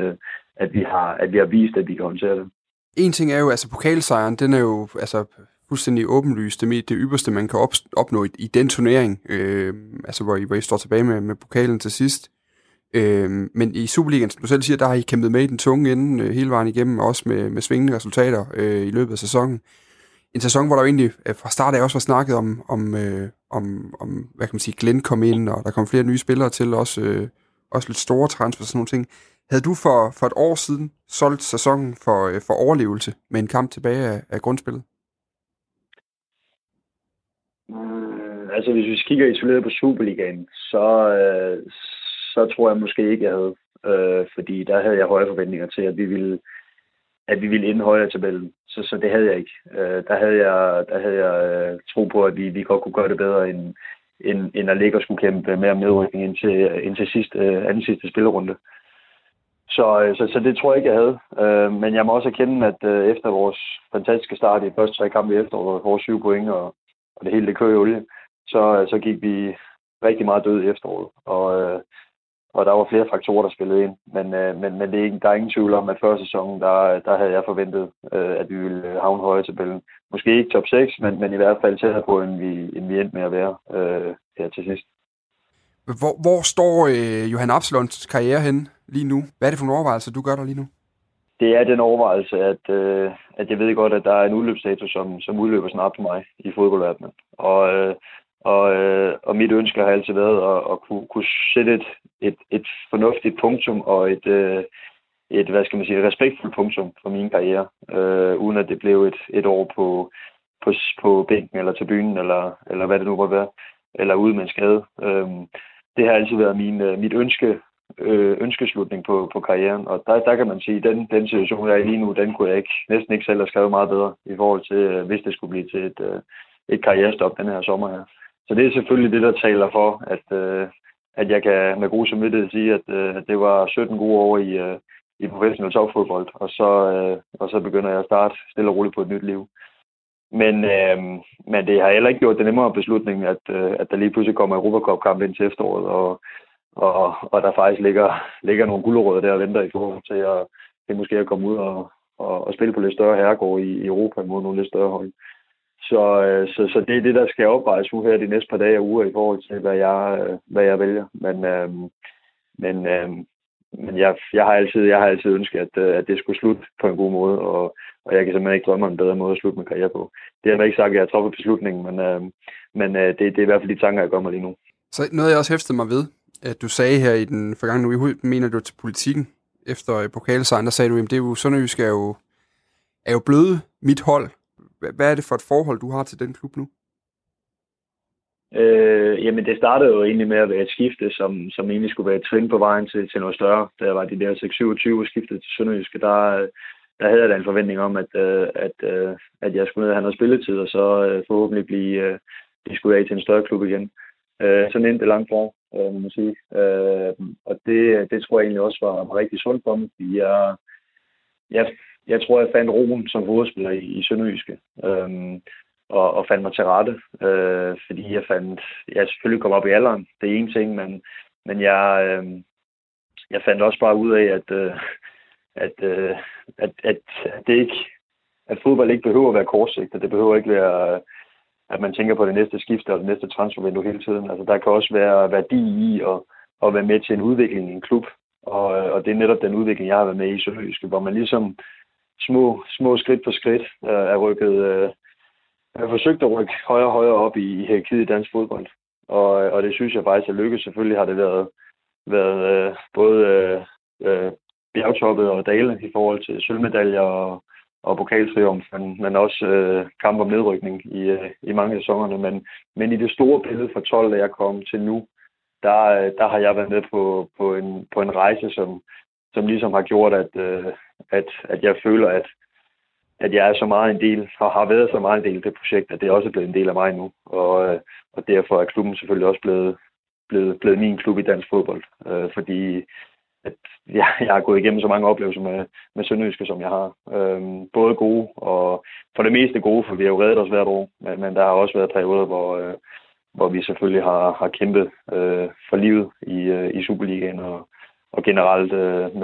S10: at vi har vist, at vi kan håndtere det.
S2: En ting er jo, altså pokalsejren, den er jo altså fuldstændig åbenlyst det ypperste, man kan opnå i den turnering, hvor I står tilbage med pokalen til sidst. Men i Superligaen, som du selv siger, der har I kæmpet med i den tunge ende hele vejen igennem, også med svingende resultater i løbet af sæsonen. En sæson, hvor der jo egentlig fra start af også var snakket om hvad kan man sige, Glenn kom ind, og der kom flere nye spillere til, også lidt store transfer og sådan nogle ting. Havde du for et år siden solgt sæsonen for overlevelse med en kamp tilbage af grundspillet?
S10: Altså, hvis vi kigger isoleret på Superligaen, så tror jeg måske ikke, jeg havde. Fordi der havde jeg høje forventninger til, at vi ville ende højere i tabellen. Så det havde jeg ikke. Der havde jeg tro på, at vi godt kunne gøre det bedre, end at ligge og skulle kæmpe mere medrykning ind til anden sidste spillerunde. Så det tror jeg ikke, jeg havde. Men jeg må også erkende, at efter vores fantastiske start i første 3 kampe i efteråret, vores 7 point, og det hele det kører i olie, så gik vi rigtig meget død i efteråret. Og der var flere faktorer, der spillede ind. Men der er ingen tvivl om, at første sæson, der havde jeg forventet, at vi ville havne højere til tabellen. Måske ikke top 6, men i hvert fald tættere på, end vi endte med at være her til sidst.
S2: Hvor står Johan Absalons karriere henne lige nu? Hvad er det for en overvejelse, du gør der lige nu?
S10: Det er den overvejelse, at jeg ved godt, at der er en udløbsdato, som udløber snart for mig i fodboldverdenen. Og mit ønske har altid været at kunne sætte et fornuftigt punktum og et respektfuldt punktum for min karriere, uden at det blev et år på bænken eller tribunen, eller hvad det nu måtte være, eller ude med en skade. Det har altid været mit ønskeslutning på karrieren, og der kan man sige, at den situation, jeg er i lige nu, den kunne jeg næsten ikke selv have skrevet meget bedre i forhold til, hvis det skulle blive til et karrierestop den her sommer her. Så det er selvfølgelig det, der taler for, at jeg kan med god samvittighed sige, at det var 17 gode år i professionel topfodbold, og så begynder jeg at starte stille og roligt på et nyt liv. Men det har heller ikke gjort det nemmere beslutning, at der lige pludselig kommer Europacup-kamp ind til efteråret, og der faktisk ligger nogle gulerødder der og venter i forhold til måske at komme ud og spille på lidt større herregård i Europa mod nogle lidt større hold. Så det er det, der skal opvejes nu her de næste par dage og uger i forhold til, hvad jeg vælger. Men jeg har altid ønsket, at det skulle slutte på en god måde, og jeg kan simpelthen ikke drømme om en bedre måde at slutte min karriere på. Det har jeg ikke sagt, at jeg har truffet beslutningen, men det er i hvert fald de tanker, jeg gør mig lige nu.
S2: Så noget, jeg også hæftede mig ved, at du sagde her i den forgangne uge, mener du til politikken efter pokalsejren, der sagde du, at det er jo Sønderjysk er jo blevet mit hold. Hvad er det for et forhold, du har til den klub nu?
S10: Jamen, det startede jo egentlig med at være et skifte, som egentlig skulle være et trin på vejen til noget større. Da jeg var de der 6-27 skiftet til Sønderjyske, der havde jeg da en forventning om, at jeg skulle ned og have noget spilletid, og så forhåbentlig blive skudt af til en større klub igen. Sådan endte det langt for, må man sige. Og det tror jeg egentlig også var rigtig sundt for mig, fordi jeg tror, jeg fandt roen som hovedspiller i Sønderjyske. Og fandt mig til rette, fordi jeg selvfølgelig kom op i alderen, det er en ting, men jeg fandt også bare ud af, at fodbold ikke behøver at være kortsigtet. Det behøver ikke være, at man tænker på det næste skifte og det næste transfervindue hele tiden. Altså, der kan også være værdi i at være med til en udvikling i en klub, og det er netop den udvikling, jeg har været med i Sønderjyske, hvor man ligesom små skridt for skridt er rykket. Jeg har forsøgt at rykke højere og højere op i hierarkiet i dansk fodbold, og det synes jeg faktisk er lykkedes. Selvfølgelig har det været både bjergtoppet og dale i forhold til sølvmedaljer og pokaltriumf, men også kamp om nedrykning i mange af sæsonerne. Men i det store billede fra 12, da jeg kom til nu, der har jeg været med på en rejse, som ligesom har gjort, at jeg føler, at jeg er så meget en del, og har været så meget en del af det projekt, at det også er blevet en del af mig nu. Og derfor er klubben selvfølgelig også blevet min klub i dansk fodbold. Fordi at jeg har gået igennem så mange oplevelser med Sønderjyske, som jeg har. Både gode, og for det meste gode, for vi har jo reddet os hvert år. Men der har også været perioder, hvor vi selvfølgelig har kæmpet for livet i Superligaen, og generelt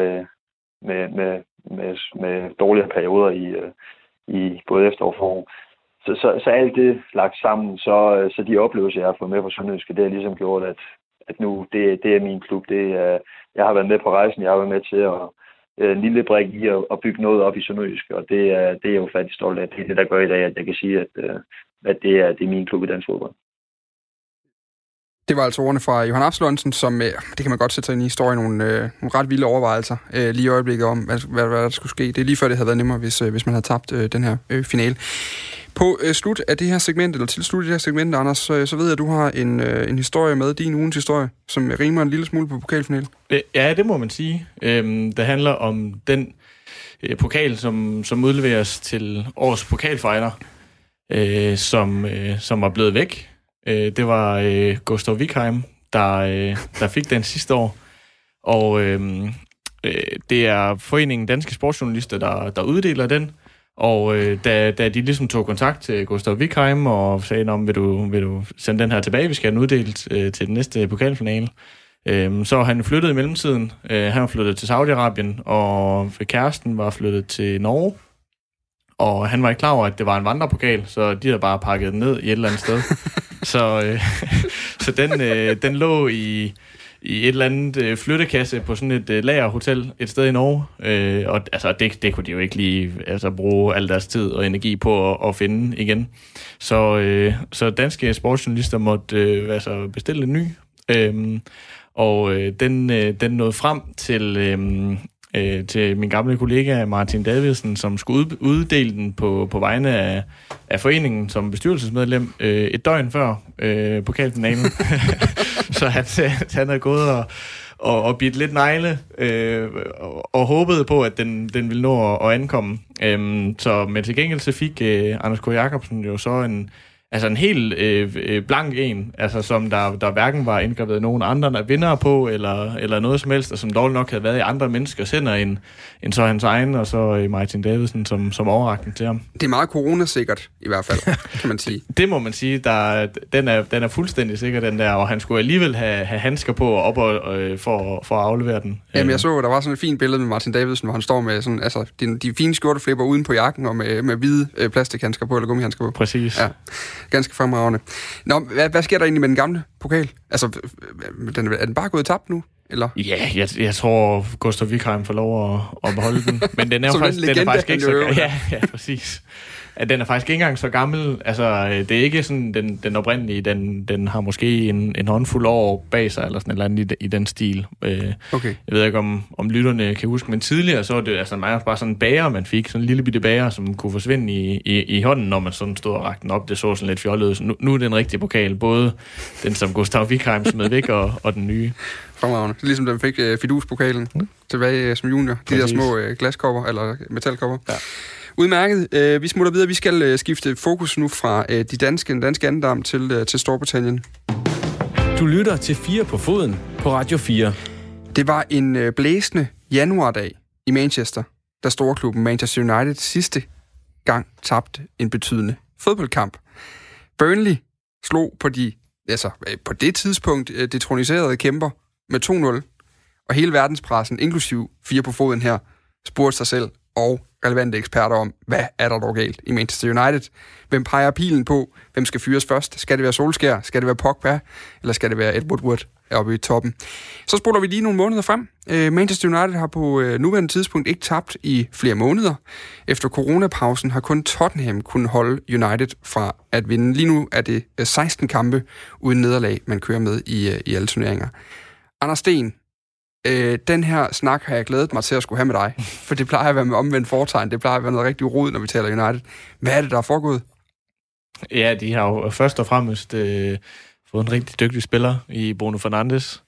S10: med dårligere perioder i både efterår og forår. Så alt det lagt sammen, så de oplevelser, jeg har fået med på Sønderjyske, det har ligesom gjort, at nu det er min klub. Jeg har været med på rejsen, jeg har været med til en lille brik i at bygge noget op i Sønderjyske, og det er jeg jo faktisk stolt af. Det er det, der gør i dag, at jeg kan sige, at det er min klub i dansk fodbold.
S2: Det var altså ordene fra Johan Absalonsen, som, det kan man godt sætte sig ind i historien, nogle ret vilde overvejelser lige i øjeblikket om, hvad der skulle ske. Det er lige før, det havde været nemmere, hvis man havde tabt den her finale. På slut af det her segment, eller til slut af det her segment, Anders, så ved jeg, at du har en historie med, din ugens historie, som rimer en lille smule på pokalfinale.
S4: Ja, det må man sige. Det handler om den pokal, som udleveres til årets pokalfighter, som var blevet væk. Det var Gustav Wikheim, der fik den sidste år. Og det er foreningen Danske Sportsjournalister, der uddeler den. Og da de ligesom tog kontakt til Gustav Wickheim og sagde, vil du sende den her tilbage, vi skal have den uddelt til den næste pokalfinale. Så han flyttede i mellemtiden. Han var flyttet til Saudi-Arabien, og kæresten var flyttet til Norge. Og han var ikke klar over, at det var en vandrepokal, så de havde bare pakket den ned i et eller andet sted. Så den lå i et eller andet flyttekasse på sådan et lagerhotel et sted i Norge. Og altså, det kunne de jo ikke lige bruge al deres tid og energi på at finde igen. Så danske sportsjournalister måtte bestille en ny. Den nåede frem til min gamle kollega Martin Davidsen, som skulle uddele den på vegne af foreningen som bestyrelsesmedlem et døgn før pokalfinalen. Så han havde gået og bidt lidt negle og håbede på, at den ville nå at ankomme. Men til gengæld så fik Anders K. Jacobsen jo så en helt blank en, altså som der hverken var indgrebet nogen andre der vinder på, eller noget som helst, og som dårligt nok havde været i andre menneskers hænder end så hans egen, og så Martin Davidsen som overrakten til ham. Det
S2: er meget coronasikkert, i hvert fald, kan man sige.
S4: Det må man sige. Den er fuldstændig sikker, den der, og han skulle alligevel have handsker på op for at aflevere den.
S2: Jamen, jeg så, der var sådan et fint billede med Martin Davidsen, hvor han står med sådan, altså, de fine skjorteflipper uden på jakken, og med hvide plastikhandsker på, eller gummihandsker på.
S4: Præcis.
S2: Ja. Ganske fremragende. Nå, hvad sker der egentlig med den gamle pokal? Altså, er den bare gået tabt nu? Eller?
S4: Ja, jeg tror, Gustav Wickheim får lov at beholde den. Men den er jo faktisk ikke så... Ja, præcis. Den er faktisk ikke engang så gammel. Altså, det er ikke sådan den oprindelige. Den har måske en håndfuld år bag sig, eller sådan et eller andet i den stil.
S2: Okay.
S4: Jeg ved ikke, om lytterne kan huske, men tidligere så var det bare sådan en bager, man fik. Sådan en lille bitte bager, som kunne forsvinde i hånden, når man sådan stod og rakte den op. Det så sådan lidt fjollet ud. Nu er det en rigtig pokal. Både den, som Gustav Wickheim smed væk, og den nye.
S2: Fremragende. Ligesom den fik Fidus-pokalen tilbage som junior. De der små glaskopper, eller metalkopper. Ja. Udmærket. Vi smutter videre. Vi skal skifte fokus nu fra den danske andedam til Storbritannien.
S1: Du lytter til 4 på foden på Radio 4.
S2: Det var en blæsende januardag i Manchester, da storklubben Manchester United sidste gang tabte en betydende fodboldkamp. Burnley slog på det tidspunkt detroniserede kæmper med 2-0, og hele verdenspressen, inklusiv 4 på foden her, spurgte sig selv og relevante eksperter om, hvad er der dog galt i Manchester United? Hvem peger pilen på? Hvem skal fyres først? Skal det være Solskjær? Skal det være Pogba? Eller skal det være Ed Woodward oppe i toppen? Så spoler vi lige nogle måneder frem. Manchester United har på nuværende tidspunkt ikke tabt i flere måneder. Efter coronapausen har kun Tottenham kunnet holde United fra at vinde. Lige nu er det 16 kampe uden nederlag, man kører med i alle turneringer. Anders Sten, den her snak har jeg glædet mig til at skulle have med dig, for det plejer at være med omvendt foretegn, det plejer at være noget rigtig rod, når vi taler United. Hvad er det, der er foregået?
S4: Ja, de har jo først og fremmest fået en rigtig dygtig spiller i Bruno Fernandes,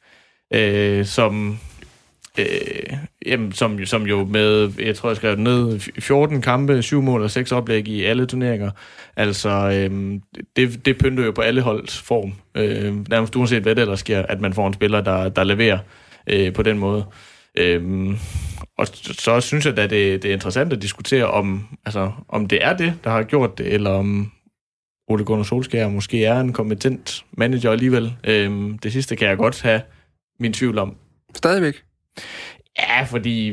S4: som jo med, jeg tror jeg skrev ned, 14 kampe, 7 mål og 6 oplæg i alle turneringer. Altså, det pynter jo på alle holds form. Nærmest uanset hvad det ellers sker, at man får en spiller, der leverer på den måde. Og så synes jeg, at det er interessant at diskutere, om det er det, der har gjort det, eller om Ole Gunnar Solskjær måske er en kompetent manager alligevel. Det sidste kan jeg godt have min tvivl om.
S2: Stadigvæk?
S4: Ja, fordi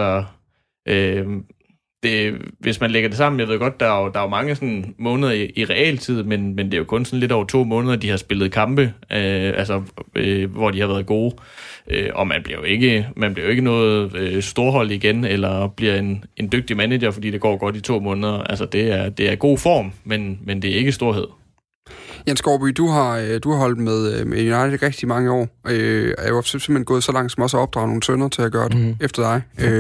S4: hvis man lægger det sammen, jeg ved godt, der er jo mange sådan måneder i realtid, men det er jo kun sådan lidt over 2 måneder, de har spillet kampe, hvor de har været gode. Og man bliver jo ikke noget storhold igen, eller bliver en dygtig manager, fordi det går godt i 2 måneder. Altså, det er god form, men det er ikke storhed.
S2: Jens Skovby, du har holdt med United rigtig mange år, og er jo simpelthen gået så langt som også at opdrage nogle sønner til at gøre det efter dig.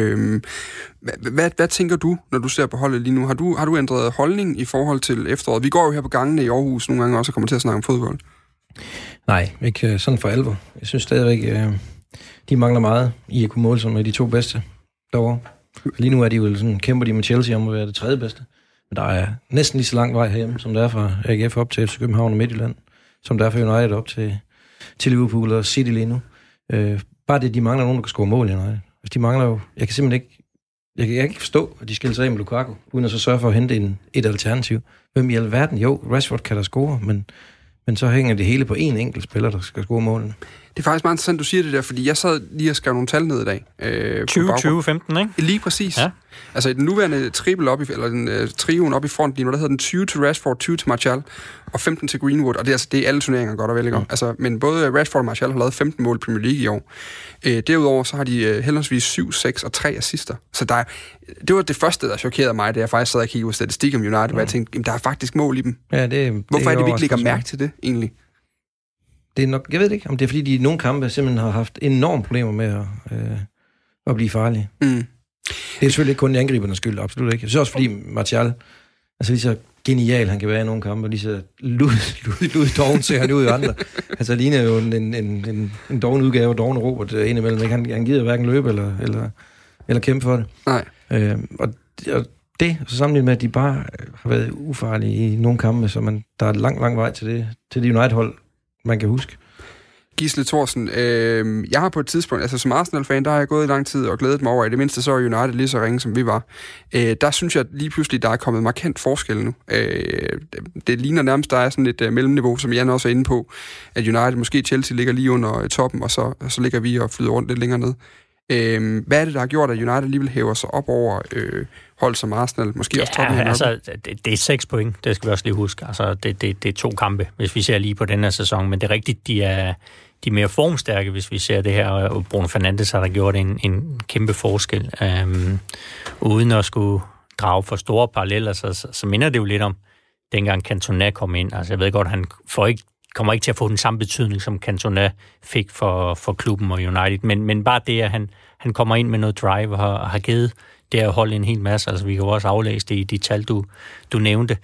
S2: Hvad tænker du, når du ser på holdet lige nu? Har du ændret holdning i forhold til efteråret? Vi går jo her på gangene i Aarhus nogle gange også og kommer til at snakke om fodbold.
S5: Nej, ikke sådan for alvor. Jeg synes stadigvæk, de mangler meget i at kunne måle sig med de 2 bedste derovre. Lige nu er de jo sådan, kæmper de med Chelsea om at være det 3. bedste. Men der er næsten lige så lang vej herhjemme, som der er fra AGF op til FC København og Midtjylland, som der er fra United op til Liverpool og City lige nu. Bare det, de mangler nogen, der kan score mål i United. Altså, de mangler jo... Jeg kan simpelthen ikke... Jeg kan ikke forstå, at de skiller sig af med Lukaku, uden at så sørge for at hente et alternativ. Hvem i alverden? Jo, Rashford kan der score, men så hænger det hele på en enkelt spiller, der skal score målene.
S2: Det er faktisk meget interessant, du siger det der, fordi jeg sad lige og skrev nogle tal ned i dag.
S3: 20-15, ikke?
S2: Lige præcis.
S3: Ja.
S2: Altså den nuværende triple op i, eller den trioen op i front lige nu, der hedder den 20 til Rashford, 20 til Martial og 15 til Greenwood, og det er alle turneringer godt og vel, ikke? Altså, men både Rashford og Martial har lavet 15 mål i Premier League i år. Derudover så har de henholdsvis 7, 6 og 3 assister. Så det var det første, der chokerede mig, da jeg faktisk sad og kiggede på statistik om United, hvor jeg tænkte, jamen, der er faktisk mål i dem.
S5: Ja,
S2: hvorfor er det, vi ikke lægger mærke til det, egentlig?
S5: Det er nok, jeg ved ikke, om det er fordi, de i nogle kampe simpelthen har haft enorme problemer med at blive farlige. Det er selvfølgelig ikke kun angribernes skyld, absolut ikke. Jeg synes også, fordi Martial, altså lige så genial han kan være i nogle kampe, lige så lud doven ser han ud i andre. Altså ligner jo en doven udgave af Doven Robert indimellem. Ikke? Han gider hverken løbe eller kæmpe for det.
S2: Nej.
S5: Og det, så sammenlignet med, at de bare har været ufarlige i nogle kampe, så der er lang vej til det United-hold, man kan huske.
S2: Gisle Thorsen, jeg har på et tidspunkt, altså som Arsenal-fan, der har jeg gået i lang tid og glædet mig over, at i det mindste så er United lige så ringe, som vi var. Der synes jeg lige pludselig, der er kommet markant forskel nu. Det ligner nærmest, der er sådan et mellemniveau, som Jan også er inde på, at United, måske Chelsea, ligger lige under toppen, og så ligger vi og flyder rundt lidt længere ned. Hvad er det, der har gjort, at United alligevel hæver sig op over hold som Arsenal, måske også Tottenham?
S3: Altså, det er 6 point, det skal vi også lige huske. Altså, det er 2 kampe, hvis vi ser lige på den her sæson, men det er rigtigt, de er mere formstærke, hvis vi ser det her, og Bruno Fernandes har der gjort en kæmpe forskel. Uden at skulle drage for store paralleller, så minder det jo lidt om, dengang Cantona kom ind. Altså, jeg ved godt, han kommer ikke til at få den samme betydning, som Cantona fik for klubben og United, men bare det, at han kommer ind med noget drive og har givet det at holde en hel masse. Altså, vi kan jo også aflæse det i de tal, du nævnte.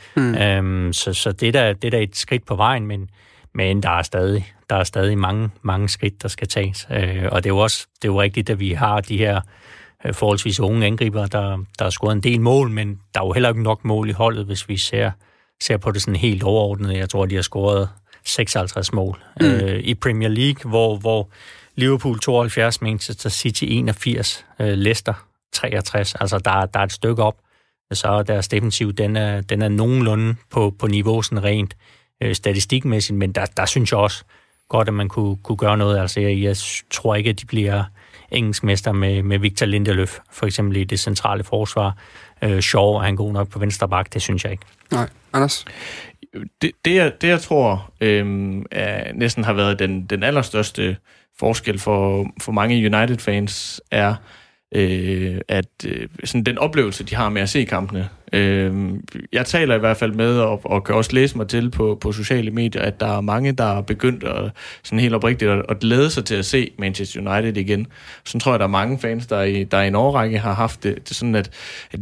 S3: Så det er da et skridt på vejen, men der er stadig mange skridt, der skal tages. Og det er jo rigtigt, at vi har de her forholdsvis unge angriber, der har scoret en del mål, men der er jo heller ikke nok mål i holdet, hvis vi ser på det sådan helt overordnet. Jeg tror, de har scoret 56 mål i Premier League, hvor Liverpool 72, Manchester City 81, Leicester 63. Altså, der er et stykke op. Så deres defensiv, den er nogenlunde på niveau sådan rent statistikmæssigt, men der synes jeg også godt, at man kunne gøre noget. Altså, jeg tror ikke, at de bliver engelskmester med Victor Lindelöf, for eksempel i det centrale forsvar. Shaw er han god nok på venstre bak, det synes jeg ikke.
S2: Nej, Anders?
S4: Det jeg tror næsten har været den allerstørste forskel for mange United-fans er, at sådan den oplevelse, de har med at se kampene. Jeg taler i hvert fald med, og kan også læse mig til på sociale medier, at der er mange, der er begyndt sådan helt oprigtigt at glæde sig til at se Manchester United igen. Sådan tror jeg, der er mange fans, der i en årrække har haft det sådan, at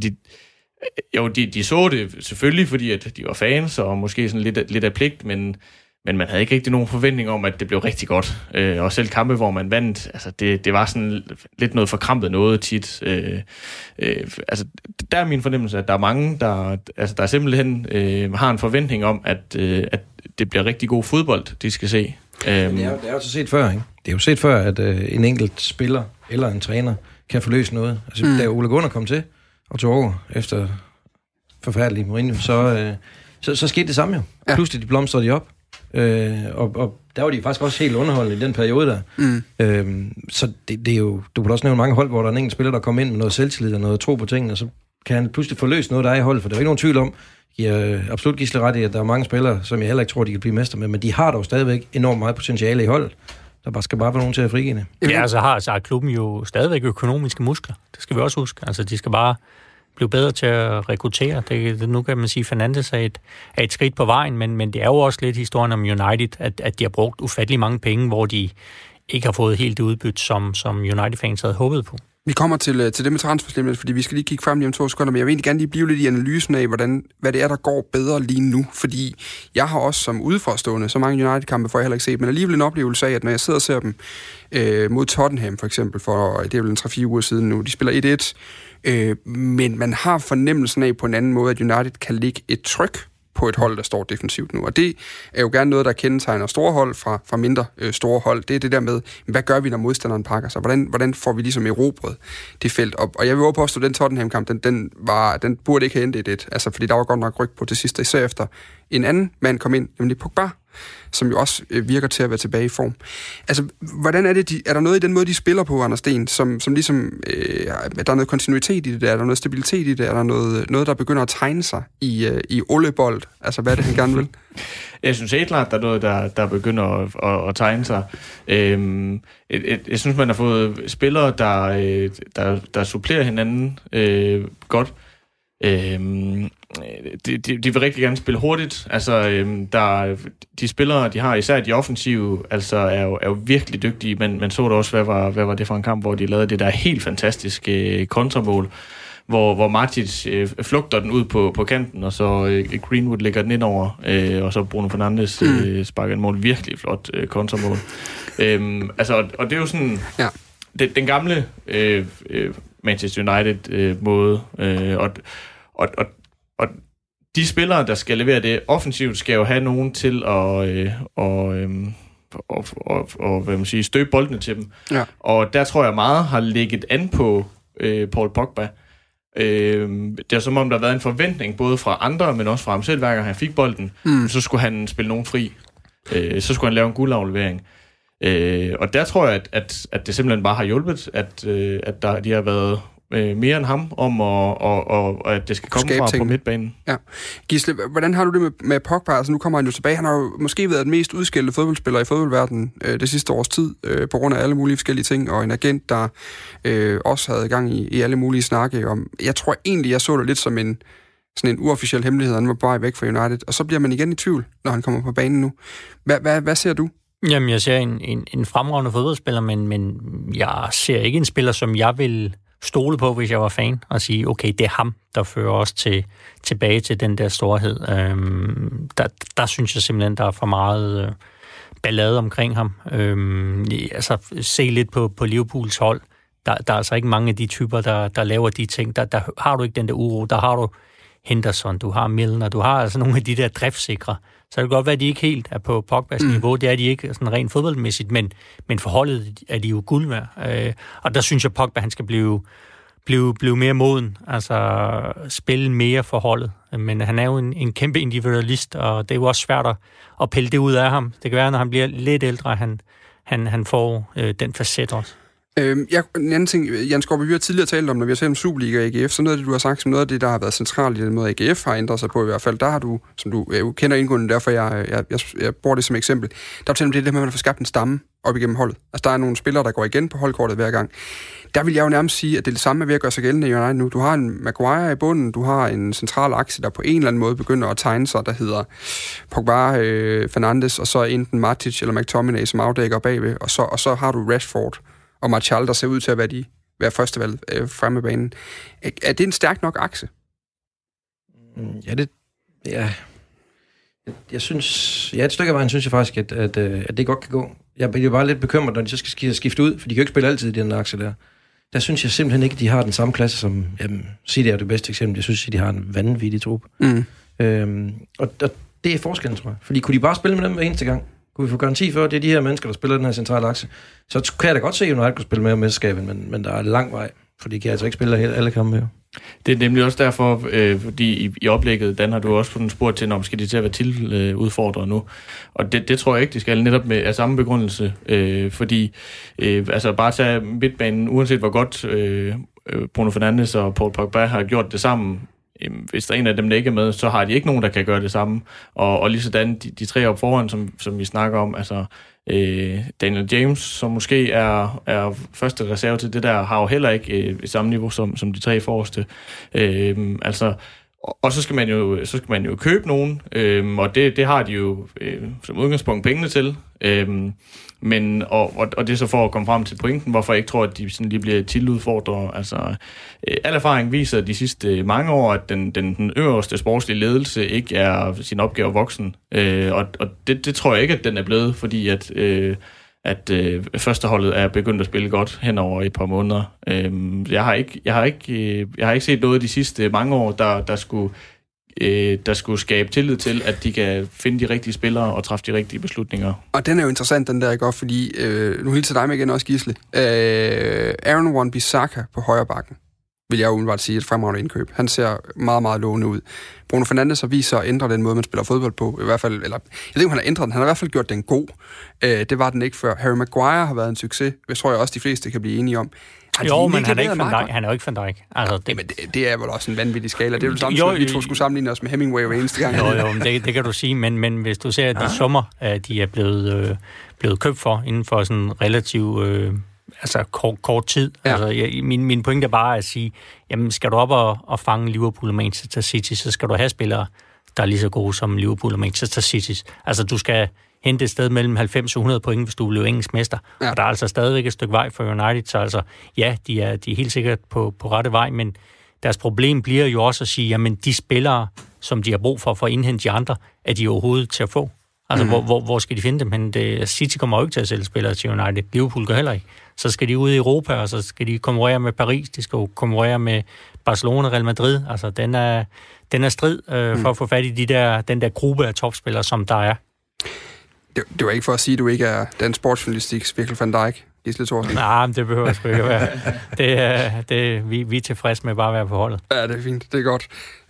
S4: de så det selvfølgelig, fordi at de var fans, og måske sådan lidt af pligt, men man havde ikke rigtig nogen forventning om, at det blev rigtig godt. Og selv kampe, hvor man vandt, altså det var sådan lidt noget forkrampet noget tit. Altså, der er min fornemmelse, at der er mange, der simpelthen har en forventning om, at det bliver rigtig god fodbold, de skal se.
S5: Det er jo så set før, ikke? Det er jo set før, at en enkelt spiller eller en træner kan forløse noget. Altså, da Ole Gunnar kom til og tog over efter forfærdelig Mourinho, så skete det samme jo. Ja. Pludselig de blomstrede de op. Og der var de faktisk også helt underholdende i den periode der. Så det er jo, du kan også nævne mange hold, hvor der er en enkelt spiller, der kommer ind med noget selvtillid og noget tro på tingene, og så kan han pludselig forløse noget, der er i holdet, for der er ikke nogen tvivl om, giver absolut Gisle ret i, at der er mange spillere, som jeg heller ikke tror, de kan blive mester med, men de har dog stadigvæk enormt meget potentiale i holdet. Der skal bare være nogen til at frigive det.
S3: Ja, så har klubben jo stadigvæk økonomiske muskler. Det skal vi også huske. Altså, de skal bare blive bedre til at rekruttere. Nu kan man sige, at Fernandes er et skridt på vejen, men det er jo også lidt historien om United, at de har brugt ufattelig mange penge, hvor de ikke har fået helt det udbytte, som United-fans havde håbet på.
S2: Vi kommer til det med transferslimmet, fordi vi skal lige kigge frem lige om 2 sekunder, men jeg vil egentlig gerne lige blive lidt i analysen af, hvad det er, der går bedre lige nu. Fordi jeg har også som udefrastående, så mange United-kampe får jeg heller ikke set, men alligevel en oplevelse af, at når jeg sidder og ser dem mod Tottenham for eksempel, for det er vel 3-4 uger siden nu, de spiller 1-1, men man har fornemmelsen af på en anden måde, at United kan lægge et tryk på et hold, der står defensivt nu. Og det er jo gerne noget, der kendetegner store hold fra mindre store hold. Det er det der med, hvad gør vi, når modstanderen pakker sig? Hvordan får vi ligesom erobret det felt op? Og jeg vil påstå, at den Tottenham-kamp, den burde ikke have endt i det. Altså, fordi der var godt nok ryg på det sidste, især efter en anden mand kom ind, nemlig Pogba, som jo også virker til at være tilbage i form. Altså, hvordan er det, er der noget i den måde, de spiller på, Anders Sten, som ligesom, er der noget kontinuitet i det der, er der noget stabilitet i det, er der noget der begynder at tegne sig i Ollebold? Altså, hvad er det, han gerne vil?
S4: Jeg synes helt klart, der er noget, der begynder at tegne sig. Jeg synes, man har fået spillere, der supplerer hinanden godt. De vil rigtig gerne spille hurtigt. Altså, de spillere, de har, især de offensive, altså er jo virkelig dygtige, men så det også, hvad var det for en kamp, hvor de lavede det der helt fantastiske kontramål, hvor Matic flugter den ud på kanten, og så Greenwood lægger den ind over, og så Bruno Fernandes sparker en mål. Virkelig flot kontramål. Altså, og det er jo sådan... Ja. Den gamle Manchester United måde, og de spillere, der skal levere det offensivt, skal jo have nogen til at hvad man siger, støbe boldene til dem. Ja. Og der tror jeg meget har ligget an på Paul Pogba. Det er som om, der har været en forventning, både fra andre, men også fra ham selv, hver gang han fik bolden, så skulle han spille nogen fri. Så skulle han lave en guldaflevering. Og der tror jeg, at det simpelthen bare har hjulpet, at de har været mere end ham om, og at det skal komme fra på midtbanen. Ja.
S2: Gisle, hvordan har du det med Pogba? Altså, nu kommer han jo tilbage. Han har jo måske været den mest udskældte fodboldspiller i fodboldverdenen det sidste års tid, på grund af alle mulige forskellige ting, og en agent, der også havde gang i alle mulige snakke om. Jeg tror egentlig, jeg så det lidt som sådan en uofficiel hemmelighed, han var bare væk fra United, og så bliver man igen i tvivl, når han kommer på banen nu. Hvad ser du?
S3: Jamen, jeg ser en fremragende fodboldspiller, men jeg ser ikke en spiller, som jeg vil stole på, hvis jeg var fan, og sige, okay, det er ham, der fører os tilbage til den der storhed. Der synes jeg simpelthen, der er for meget ballade omkring ham. Altså, se lidt på Liverpools hold. Der er altså ikke mange af de typer, der laver de ting. Der har du ikke den der uro. Der har du Henderson, du har Milner, du har altså nogle af de der driftsikre. Så det kan godt være, at de ikke helt er på Pogbas niveau. Det er de ikke sådan rent fodboldmæssigt, men forholdet er de jo guld værd. Og der synes jeg, Pogba han skal blive mere moden, altså spille mere for holdet. Men han er jo en kæmpe individualist, og det er jo også svært at pille det ud af ham. Det kan være, når han bliver lidt ældre, han får den facet også.
S2: En anden ting, Jan Skorpe, vi har tidligere talt om, når vi har talt om Superliga og AGF, så noget af det, du har sagt, som noget af det, der har været centralt i den måde, AGF har ændret sig på i hvert fald, der har du, som du kender indgående, derfor jeg bruger det som eksempel, der er jo det der med, at man får skabt en stamme op igennem holdet. Altså, der er nogle spillere, der går igen på holdkortet hver gang. Der vil jeg jo nærmest sige, at det er det samme ved at gøre sig gældende i United nu. Du har en Maguire i bunden, du har en central akse, der på en eller anden måde begynder at tegne sig, der hedder Pogba, Fernandes, og så enten Matic eller McTominay, som afdækker bagved, og så har du Rashford og Martial, der ser ud til at være førstevalg fremme af banen. Er det en stærk nok akse?
S5: Jeg synes... Ja, et stykke af vejen synes jeg faktisk, at det godt kan gå. Jeg bliver bare lidt bekymret, når de så skal skifte ud, for de kan jo ikke spille altid i den akse der. Der synes jeg simpelthen ikke, at de har den samme klasse som... City er det bedste eksempel. Jeg synes, at de har en vanvittig trup. Og det er forskellen, tror jeg. Fordi kunne de bare spille med dem hver eneste gang? Kunne vi få garanti for, at det er de her mennesker, der spiller den her centrale akse? Så kan jeg da godt se, at United kunne spille mere om mesterskabet, men der er lang vej, for de kan altså ikke spille alle kampe med.
S4: Det er nemlig også derfor, fordi i oplægget, Dan, har du også fået en spurgt til, når skal de til at være til udfordret nu. Og det tror jeg ikke, de skal netop med af samme begrundelse, fordi altså bare tage midtbanen, uanset hvor godt Bruno Fernandes og Paul Pogba har gjort det sammen. Hvis der er en af dem, der ikke er med, så har de ikke nogen, der kan gøre det samme. Og lige sådan de tre op foran, som vi snakker om, altså Daniel James, som måske er første reserve til det der, har jo heller ikke samme niveau som de tre forreste. Altså, og så skal man jo købe nogen, og det har de jo som udgangspunkt pengene til. Men og det er så for at komme frem til pointen, hvorfor jeg ikke tror, at de sådan lige bliver tiludfordret. Altså, al erfaring viser de sidste mange år, at den øverste sportslige ledelse ikke er sin opgave voksen. Og det tror jeg ikke, at den er blevet, fordi at førsteholdet er begyndt at spille godt hen over et par måneder. Jeg har ikke set noget de sidste mange år, der skulle der skulle skabe tillid til, at de kan finde de rigtige spillere og træffe de rigtige beslutninger.
S2: Og den er jo interessant, den der, ikke også? Fordi, nu hilser dig med igen også, Gisle. Aaron Wan-Bissaka på højre bakken, vil jeg umiddelbart sige, et fremragende indkøb. Han ser meget, meget lovende ud. Bruno Fernandes har vist sig at ændre den måde, man spiller fodbold på, i hvert fald, eller jeg ved ikke, om han har ændret den, han har i hvert fald gjort den god. Det var den ikke før. Harry Maguire har været en succes, det tror jeg også, de fleste kan blive enige om.
S3: Jo, men han er jo ikke Van Dijk. Altså,
S2: det er vel også en vanvittig skala. Det er jo det samme, vi to skulle sammenligne os med Hemingway hver eneste gang.
S3: Jo, men det kan du sige, men hvis du ser, at de summer, de er blevet købt for, inden for sådan relativt kort tid. Ja. Altså, min pointe er bare at sige, jamen, skal du op og fange Liverpool og Manchester City, så skal du have spillere, der er lige så gode som Liverpool og Manchester City. Altså, du skal hente et sted mellem 90 og 100 point, hvis du bliver engelsk mester. Ja. Og der er altså stadigvæk et stykke vej for United, så altså, ja, de er helt sikkert på rette vej, men deres problem bliver jo også at sige, jamen, de spillere, som de har brug for at indhente de andre, er de overhovedet til at få. Altså, hvor skal de finde dem? Men City kommer jo ikke til at sælge spillere til United. Liverpool gør heller ikke. Så skal de ud i Europa, og så skal de konkurrere med Paris, de skal konkurrere med Barcelona, Real Madrid. Altså, den er strid for at få fat i den der gruppe af topspillere, som der er.
S2: Det var ikke for at sige, at du ikke er den sportsjournalistiks Virkelig Van Dijk, Gisle Thorsen.
S3: Nej, men det behøver sgu ikke være. Vi er tilfredse med bare at være på holdet.
S2: Ja, det er fint. Det er godt.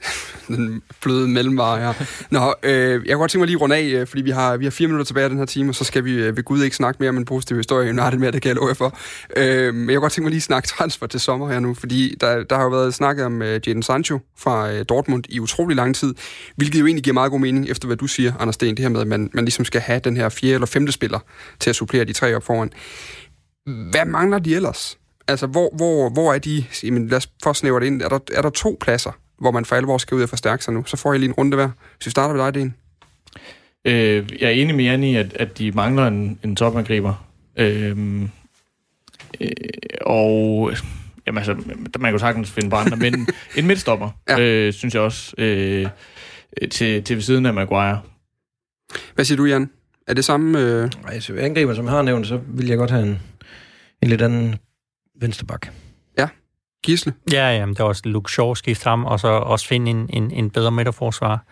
S2: Den bløde mellemvare her. Nå, jeg kan godt tænke mig lige runde af, fordi vi har 4 minutter tilbage af den her time, og så skal vi ved Gud ikke snakke mere om en positiv historie i United mere, det kan jeg love jer for. Men jeg kan godt tænke mig lige snakke transfer til sommer her nu, fordi der har jo været snakket om Jadon Sancho fra Dortmund i utrolig lang tid, hvilket jo egentlig giver meget god mening, efter hvad du siger, Anders Sten, det her med, at man ligesom skal have den her 4. eller 5. spiller til at supplere de 3 op foran. Hvad mangler de ellers? Altså, hvor er de? Jamen, lad os forsnævre det ind. Er der 2 pladser, hvor man for alvor skal ud og forstærke sig nu? Så får jeg lige en runde hver. Hvis vi starter ved dig, Den.
S4: Jeg er enig med Jan i, at de mangler en topangriber. Og jamen, altså, man kan jo sagtens finde på andre, men en midtstopper, synes jeg også, til ved siden af Maguire.
S2: Hvad siger du, Jan? Er det samme?
S5: Altså, angriber, som jeg har nævnt, så vil jeg godt have en lidt anden vensterbak.
S2: Ja. Gisle?
S3: Ja, det er også Luke Shaw skifte ham, og så også finde en bedre midterforsvar.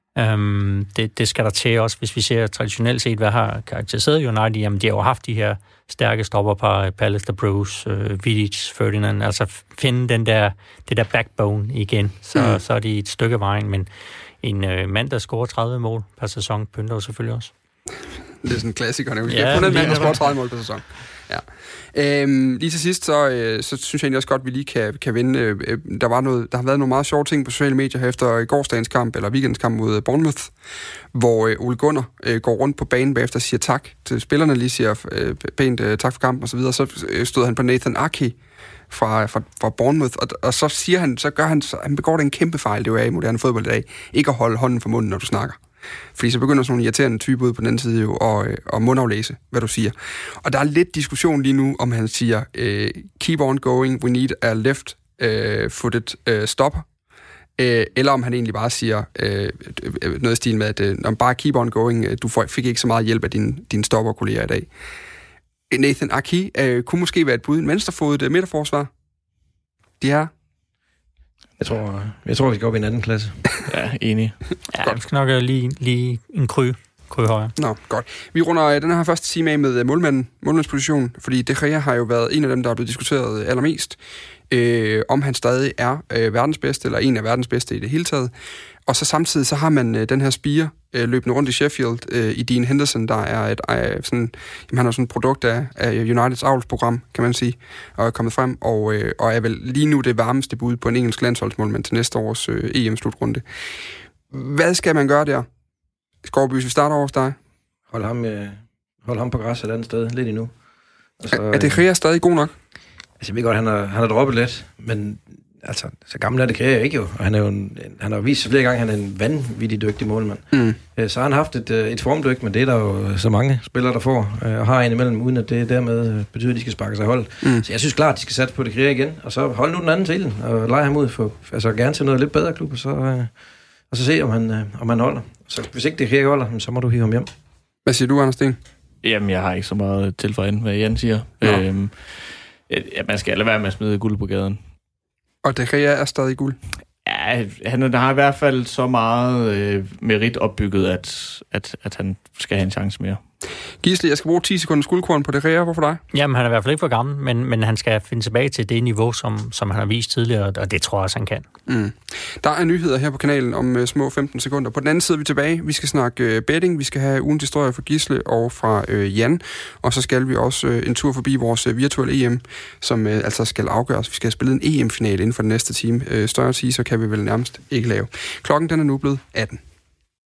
S3: Det skal der til også, hvis vi ser traditionelt set, hvad har karakteriseret United. Jamen, de har jo haft de her stærke stopperpar, Palace, Bruce, Vidic, Ferdinand, altså finde det der backbone igen, så er de et stykke vejen, men en mand, der scorer 30 mål per sæson, pynter jo selvfølgelig også.
S2: Det er sådan en klassiker. Vi skal have en mand, der scorer 30 mål per sæson. Ja. Lige til sidst, så synes jeg egentlig også godt, at vi lige kan vinde. Der har været nogle meget sjove ting på sociale medier her efter gårsdagens kamp, eller weekendens kamp mod Bournemouth, hvor Ole Gunnar går rundt på banen bagefter og siger tak til spillerne, lige siger pænt tak for kampen og så videre. Så stod han på Nathan Ake fra Bournemouth, og så siger han begår det en kæmpe fejl, det er jo i moderne fodbold i dag, ikke at holde hånden for munden, når du snakker. Fordi så begynder sådan nogle irriterende typer ud på den anden side jo og mundaflæse, hvad du siger. Og der er lidt diskussion lige nu, om han siger, keep on going, we need a left-footed stopper. Eller om han egentlig bare siger noget i stil med, at bare keep on going, du fik ikke så meget hjælp af dine stopperkolleger i dag. Nathan Ake kunne måske være et bud, en venstrefodet midterforsvar. De her.
S5: Jeg tror, vi skal op i en anden klasse.
S4: Ja, enig.
S3: Ja, vi skal nok lige en kryge højere.
S2: Nå, godt. Vi runder den her første time af med målmandspositionen, fordi De Gea har jo været en af dem, der er blevet diskuteret allermest, om han stadig er verdens bedste, eller en af verdens bedste i det hele taget. Og så samtidig så har man den her spire løbende rundt i Sheffield i Dean Henderson, der er han er sådan et produkt af Uniteds avlsprogram, kan man sige, og er kommet frem, og er vel lige nu det varmeste bud på en engelsk landsholdsmålmand til næste års EM-slutrunde. Hvad skal man gøre der? Skovby, hvis vi starter over hos dig.
S5: Hold ham på græs et andet sted, lidt endnu.
S2: Så, er De Gea stadig god nok?
S5: Altså, jeg ved godt, han har droppet lidt, men altså, så gammel er det Gea ikke jo. Og han har vist sig flere gange, at han er en vanvittig dygtig målmand. Så har han haft et formdyk, men det er der jo så mange spillere, der får, og har en imellem, uden at det dermed betyder, at de skal sparke sig hold. Så jeg synes klart, at de skal satse på det Gea igen, og så hold nu den anden til og lege ham ud for, altså gerne til noget lidt bedre klub, og så se, om han holder. Så hvis ikke det Gea holder, så må du hive ham hjem.
S2: Hvad siger du, Anders Sten?
S4: Jamen, jeg har ikke så meget tilføjet, hvad Jan siger. Man skal alle være med at smide guld på gaden.
S2: Og De Gea er stadig guld?
S4: Ja, han har i hvert fald så meget merit opbygget, at han skal have en chance mere.
S2: Gisle, jeg skal bruge 10 sekunder guldkorn på det. Hvorfor dig?
S3: Jamen, han er i hvert fald ikke for gammel, men han skal finde tilbage til det niveau, som han har vist tidligere, og det tror jeg også, han kan.
S2: Der er nyheder her på kanalen om små 15 sekunder. På den anden side er vi tilbage. Vi skal snakke betting, vi skal have ugens historie fra Gisle og fra Jan, og så skal vi også en tur forbi vores virtuelle EM, som altså skal afgøres. Vi skal have spillet en EM-finale inden for den næste time. Større teaser kan vi vel nærmest ikke lave. Klokken den er nu blevet 18.